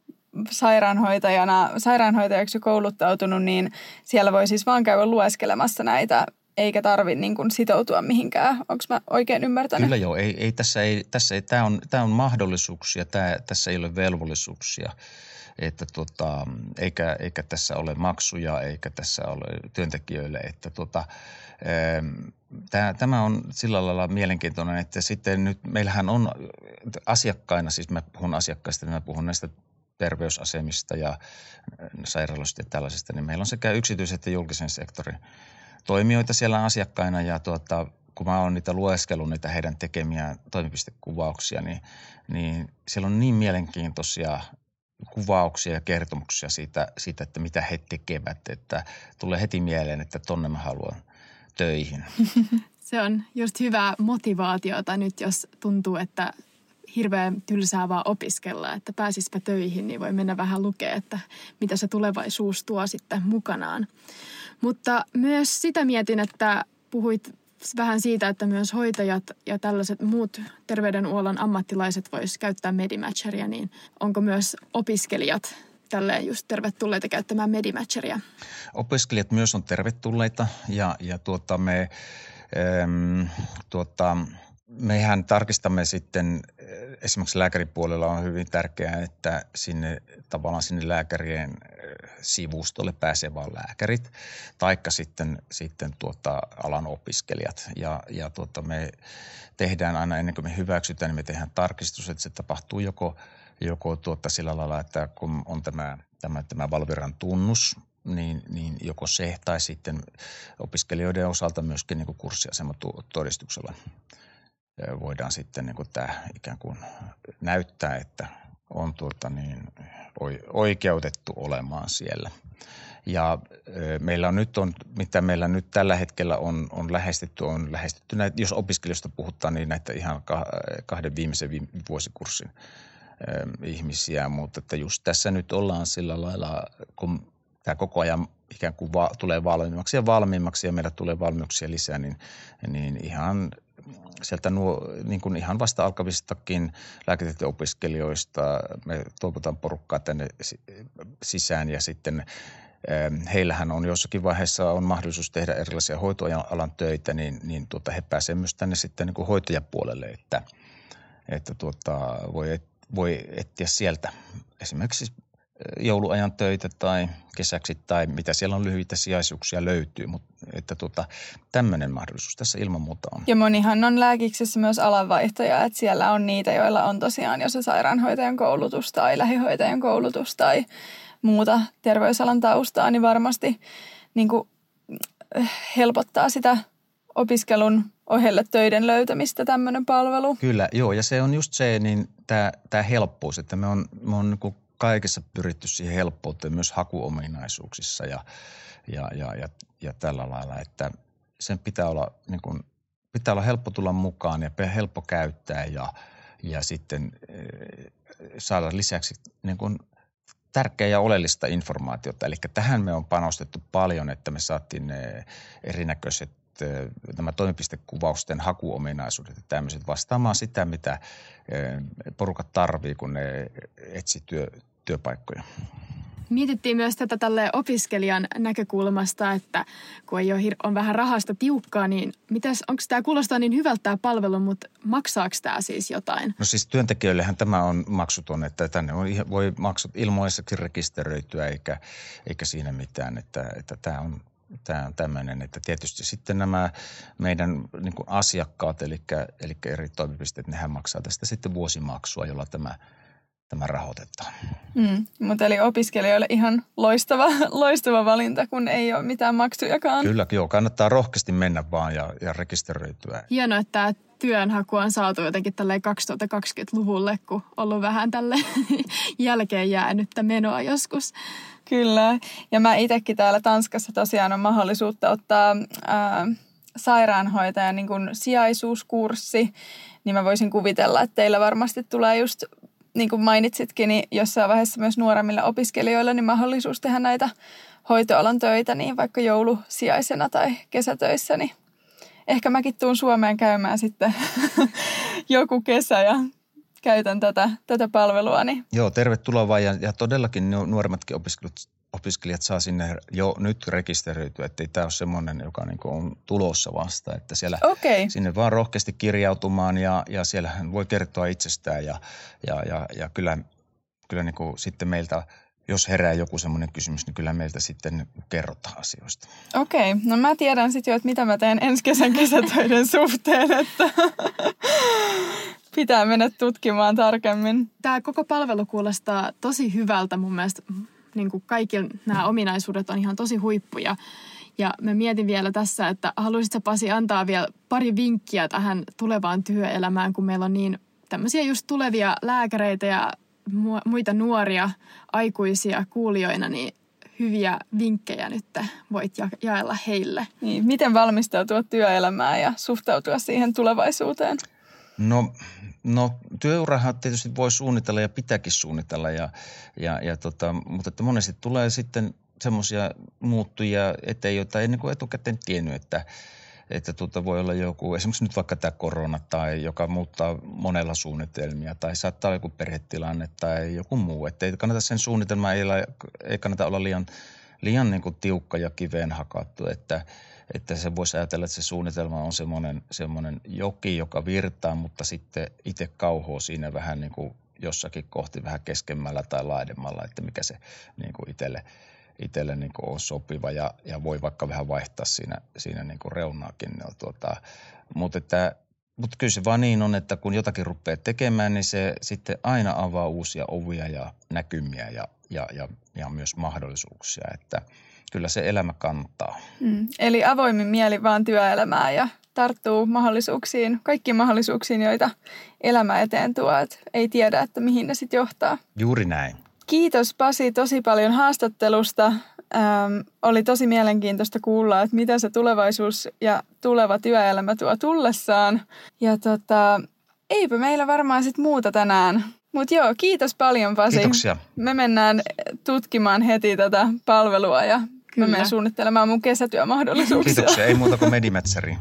sairaanhoitajana, sairaanhoitajaksi kouluttautunut, niin siellä voi siis vaan käydä lueskelemassa näitä, eikä tarvitse niin kuin sitoutua mihinkään. Onko mä oikein ymmärtänyt? Kyllä joo. Ei, ei, tässä ei, tässä ei, tämä, on, tämä on mahdollisuuksia, tämä, tässä ei ole velvollisuuksia. Että tota, eikä, eikä tässä ole maksuja, eikä tässä ole työntekijöille. Että tota, tämä, tämä on sillä lailla mielenkiintoinen, että sitten nyt meillähän on asiakkaina, siis mä puhun asiakkaista, niin mä puhun näistä terveysasemista ja sairaaloista ja tällaisista, niin meillä on sekä yksityisen että julkisen sektorin toimijoita siellä asiakkaina ja tuota, kun mä oon niitä lueskellut, niitä heidän tekemiä toimipistekuvauksia, niin, niin siellä on niin mielenkiintoisia kuvauksia ja kertomuksia siitä, siitä, että mitä he tekevät, että tulee heti mieleen, että tonne mä haluan töihin. Se on just hyvää motivaatiota nyt, jos tuntuu, että hirveän tylsää vaan opiskella, että pääsispä töihin, niin voi mennä vähän lukea, että mitä se tulevaisuus tuo sitten mukanaan. Mutta myös sitä mietin, että puhuit vähän siitä, että myös hoitajat ja tällaiset muut terveydenhuollon ammattilaiset vois käyttää Medimatcheria, niin onko myös opiskelijat tälleen just tervetulleita käyttämään Medimatcheria? Opiskelijat myös on tervetulleita ja, ja tuota me, ähm, tuota, mehän tarkistamme sitten, esimerkiksi lääkäripuolella on hyvin tärkeää, että sinne tavallaan sinne lääkärien sivustolle pääsee vaan lääkärit, taikka sitten, sitten tuota, alan opiskelijat. Ja, ja tuota, me tehdään aina ennen kuin me hyväksytään, niin me tehdään tarkistus, että se tapahtuu joko, joko tuota, sillä lailla, että kun on tämä, tämä, tämä Valviran tunnus, niin, niin joko se tai sitten opiskelijoiden osalta myöskin niin kuin kurssiasematodistuksella voidaan sitten niin kuin tämä ikään kuin näyttää, että on tuota niin oikeutettu olemaan siellä. Ja meillä on nyt, on, mitä meillä nyt tällä hetkellä on, on lähestytty, on lähestytty näitä, jos opiskelijoista puhutaan, niin näitä ihan kahden viimeisen vuosikurssin ihmisiä, mutta että just tässä nyt ollaan sillä lailla, kun tämä koko ajan ikään kuin va- tulee valmiimmaksi ja valmiimmaksi ja meillä tulee valmiuksia lisää, niin, niin ihan sieltä nuo, niin kuin ihan vasta alkavistakin lääketieteen opiskelijoista me toivotaan porukkaa tänne sisään ja sitten heillähän on jossakin vaiheessa on mahdollisuus tehdä erilaisia hoitoalan töitä, niin, niin tuota, he pääsevät myös tänne sitten niin kuin hoitajapuolelle, että, että tuota, voi, voi etsiä sieltä esimerkiksi jouluajan töitä tai kesäksi tai mitä siellä on lyhyitä sijaisuuksia löytyy, mutta että tuota, tämmöinen mahdollisuus tässä ilman muuta on. Ja monihan on lääkiksessä myös alanvaihtoja, että siellä on niitä, joilla on tosiaan jo se sairaanhoitajan koulutus tai lähihoitajan koulutus tai muuta terveysalan taustaa, niin varmasti niin kuin helpottaa sitä opiskelun ohelle töiden löytämistä tämmöinen palvelu. Kyllä, joo, ja se on just se, niin tämä, tämä helppous, että me on, me on niin kuin kaikessa pyritty siihen helppouteen myös hakuominaisuuksissa ja, ja, ja, ja, ja tällä lailla, että sen pitää olla, niin kuin, pitää olla helppo tulla mukaan ja helppo käyttää ja, ja sitten saada lisäksi niin kuin tärkeää ja oleellista informaatiota. Eli tähän me on panostettu paljon, että me saatiin ne erinäköiset nämä toimipistekuvausten hakuominaisuudet ja tämmöiset vastaamaan sitä, mitä porukat tarvii, kun ne etsii työ, työpaikkoja. Mietittiin myös tätä tälle opiskelijan näkökulmasta, että kun ei ole, on vähän rahasta tiukkaa, niin mitäs, onko tämä kuulostaa niin hyvältä tämä palvelu, mutta maksaako tämä siis jotain? No siis työntekijöillehän tämä on maksuton, että tänne voi maksut ilmoissakin rekisteröityä eikä, eikä siinä mitään, että, että tämä on Tämä on tämmöinen, että tietysti sitten nämä meidän niin kuin asiakkaat, eli, eli eri toimipisteet, nehän maksaa tästä sitten vuosimaksua, jolla tämä, tämä rahoitetaan. Mm, mutta eli opiskelijoille ihan loistava, loistava valinta, kun ei ole mitään maksujakaan. Kyllä, joo, kannattaa rohkeasti mennä vaan ja, ja rekisteröityä. Hienoa, että tämä työnhaku on saatu jotenkin tälleen kaksituhattakaksikymmentäluvulle, kun ollut vähän tälle jälkeen jäänyttä menoa joskus. Kyllä. Ja mä itsekin täällä Tanskassa tosiaan on mahdollisuutta ottaa ää, sairaanhoitajan niin kuin sijaisuuskurssi, niin mä voisin kuvitella, että teillä varmasti tulee just, niin kuin mainitsitkin, niin jossain vaiheessa myös nuoremmilla opiskelijoilla niin mahdollisuus tehdä näitä hoitoalan töitä, niin vaikka joulusijaisena tai kesätöissä, niin ehkä mäkin tuun Suomeen käymään sitten joku kesä ja käytän tätä, tätä palvelua. Niin. Joo, tervetuloa vaan ja, ja todellakin nuoremmatkin opiskelijat, opiskelijat saa sinne jo nyt rekisteröityä, ettei tämä ole semmoinen, joka niin kuin on tulossa vasta, että siellä okay. Sinne vaan rohkeasti kirjautumaan ja, ja siellähän voi kertoa itsestään ja, ja, ja, ja kyllä, kyllä niin kuin sitten meiltä, jos herää joku semmoinen kysymys, niin kyllä meiltä sitten kerrotaan asioista. Okei, okay. No mä tiedän sitten jo, että mitä mä teen ensi kesän kesätöiden suhteen, että pitää mennä tutkimaan tarkemmin. Tämä koko palvelu kuulostaa tosi hyvältä mun mielestä. Niin kuin kaikilla nämä ominaisuudet on ihan tosi huippuja. Ja mä mietin vielä tässä, että haluaisitko Pasi antaa vielä pari vinkkiä tähän tulevaan työelämään, kun meillä on niin tämmöisiä just tulevia lääkäreitä ja muita nuoria aikuisia kuulijoina, niin hyviä vinkkejä nyt voit ja- jaella heille. Niin, miten valmistautua työelämään ja suhtautua siihen tulevaisuuteen? No, no työurahan tietysti voi suunnitella ja pitääkin suunnitella, ja, ja, ja tota, mutta että monesti tulee sitten semmoisia muuttujia eteen, joita ei niin kuin etukäteen tiennyt, että, että tuota voi olla joku, esimerkiksi nyt vaikka tämä korona, tai joka muuttaa monella suunnitelmia, tai saattaa olla joku perhetilanne tai joku muu, että ei kannata sen suunnitelman, ei, ei kannata olla liian, liian niin kuin tiukka ja kiveen hakattu, että Että se voisi ajatella, että se suunnitelma on semmoinen, semmoinen joki, joka virtaa, mutta sitten itse kauhoo siinä vähän niin kuin jossakin kohti vähän keskemmällä tai laidemmalla, että mikä se niin kuin itselle, itselle niin kuin on sopiva ja, ja voi vaikka vähän vaihtaa siinä, siinä niin kuin reunaakin. No, tuota, mutta, että, mutta kyllä se vaan niin on, että kun jotakin rupeaa tekemään, niin se sitten aina avaa uusia ovia ja näkymiä ja, ja, ja, ja myös mahdollisuuksia, että kyllä se elämä kantaa. Mm. Eli avoimin mieli vaan työelämää ja tarttuu mahdollisuuksiin, kaikkiin mahdollisuuksiin, joita elämä eteen tuo. Et ei tiedä, että mihin ne sitten johtaa. Juuri näin. Kiitos Pasi tosi paljon haastattelusta. Ähm, oli tosi mielenkiintoista kuulla, että mitä se tulevaisuus ja tuleva työelämä tuo tullessaan. Ja tota, eipä meillä varmaan sit muuta tänään. Mutta joo, kiitos paljon Pasi. Kiitoksia. Me mennään tutkimaan heti tätä palvelua ja Kyllä. mä menen suunnittelemaan mun kesätyömahdollisuuksia. Kiitoksia, ei muuta kuin Medimätsäri.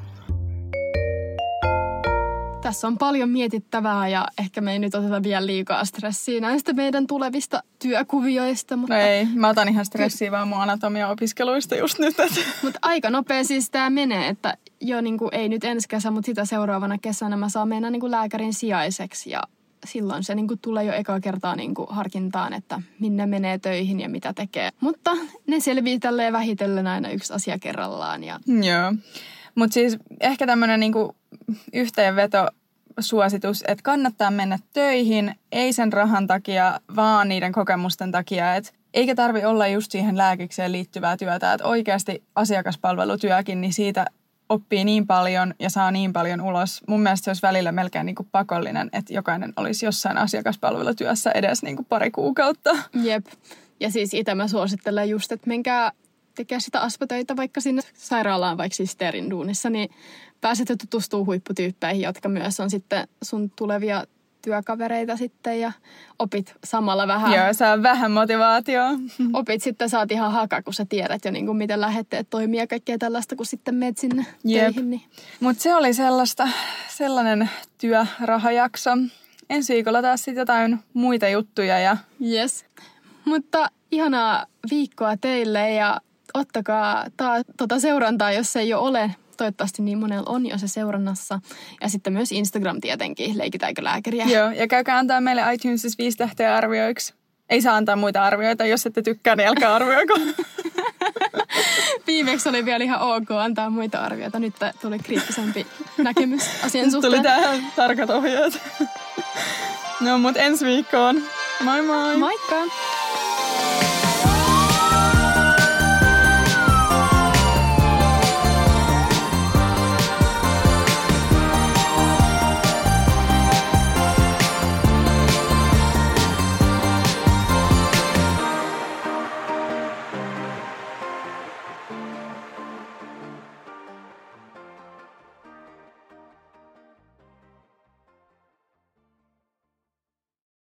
Tässä on paljon mietittävää ja ehkä me ei nyt oteta vielä liikaa stressiä näistä meidän tulevista työkuvioista. Mutta, No ei, mä otan ihan stressiä vaan mun anatomia-opiskeluista just nyt. mutta aika nopea siis tämä menee, että jo niin kuin, ei nyt ensi kesä, mutta sitä seuraavana kesänä mä saan mennä niin kuin lääkärin sijaiseksi ja silloin se niin kuin tulee jo ekaa kertaa niin kuin harkintaan, että minne menee töihin ja mitä tekee. Mutta ne selvii tälleen vähitellen aina yksi asia kerrallaan. Ja... Joo, mutta siis ehkä tämmöinen niinku yhteenveto suositus, että kannattaa mennä töihin, ei sen rahan takia, vaan niiden kokemusten takia, että eikä tarvi olla just siihen lääkikseen liittyvää työtä, että oikeasti asiakaspalvelutyökin, niin siitä oppii niin paljon ja saa niin paljon ulos. Mun mielestä se olisi välillä melkein niin kuin pakollinen, että jokainen olisi jossain asiakaspalvelutyössä edes niin kuin pari kuukautta. Jep. Ja siis itse mä suosittelen just, että menkää tekee sitä aspatöitä vaikka sinne sairaalaan, vaikka sisteerin duunissa, niin pääset tutustumaan huipputyyppeihin, jotka myös on sitten sun tulevia työkavereita sitten ja opit samalla vähän. Joo, saa vähän motivaatioa. Opit sitten, saat ihan haka, kun sä tiedät jo niin kuin miten lähetteet toimii ja kaikkea tällaista, kun sitten menet sinne Jep. töihin. Niin. Mutta se oli sellaista, sellainen työrahajakso. Ensi viikolla taas sitten jotain muita juttuja. Ja... Yes. Mutta ihanaa viikkoa teille ja ottakaa ta- tota seurantaa, jos se ei jo ole. Toivottavasti niin monella on jo se seurannassa. Ja sitten myös Instagram tietenkin, leikitäänkö lääkäriä. Joo, ja käykää antaa meille iTunesissa viisi tähteä arvioiksi. Ei saa antaa muita arvioita, jos ette tykkää, niin älkää arvioiko. Viimeksi oli vielä ihan ok antaa muita arvioita. Nyt tuli kriittisempi näkemys asian suhteen. Tuli tähän tarkat ohjeet. No, mutta ensi viikkoon. Moi moi! Moikka!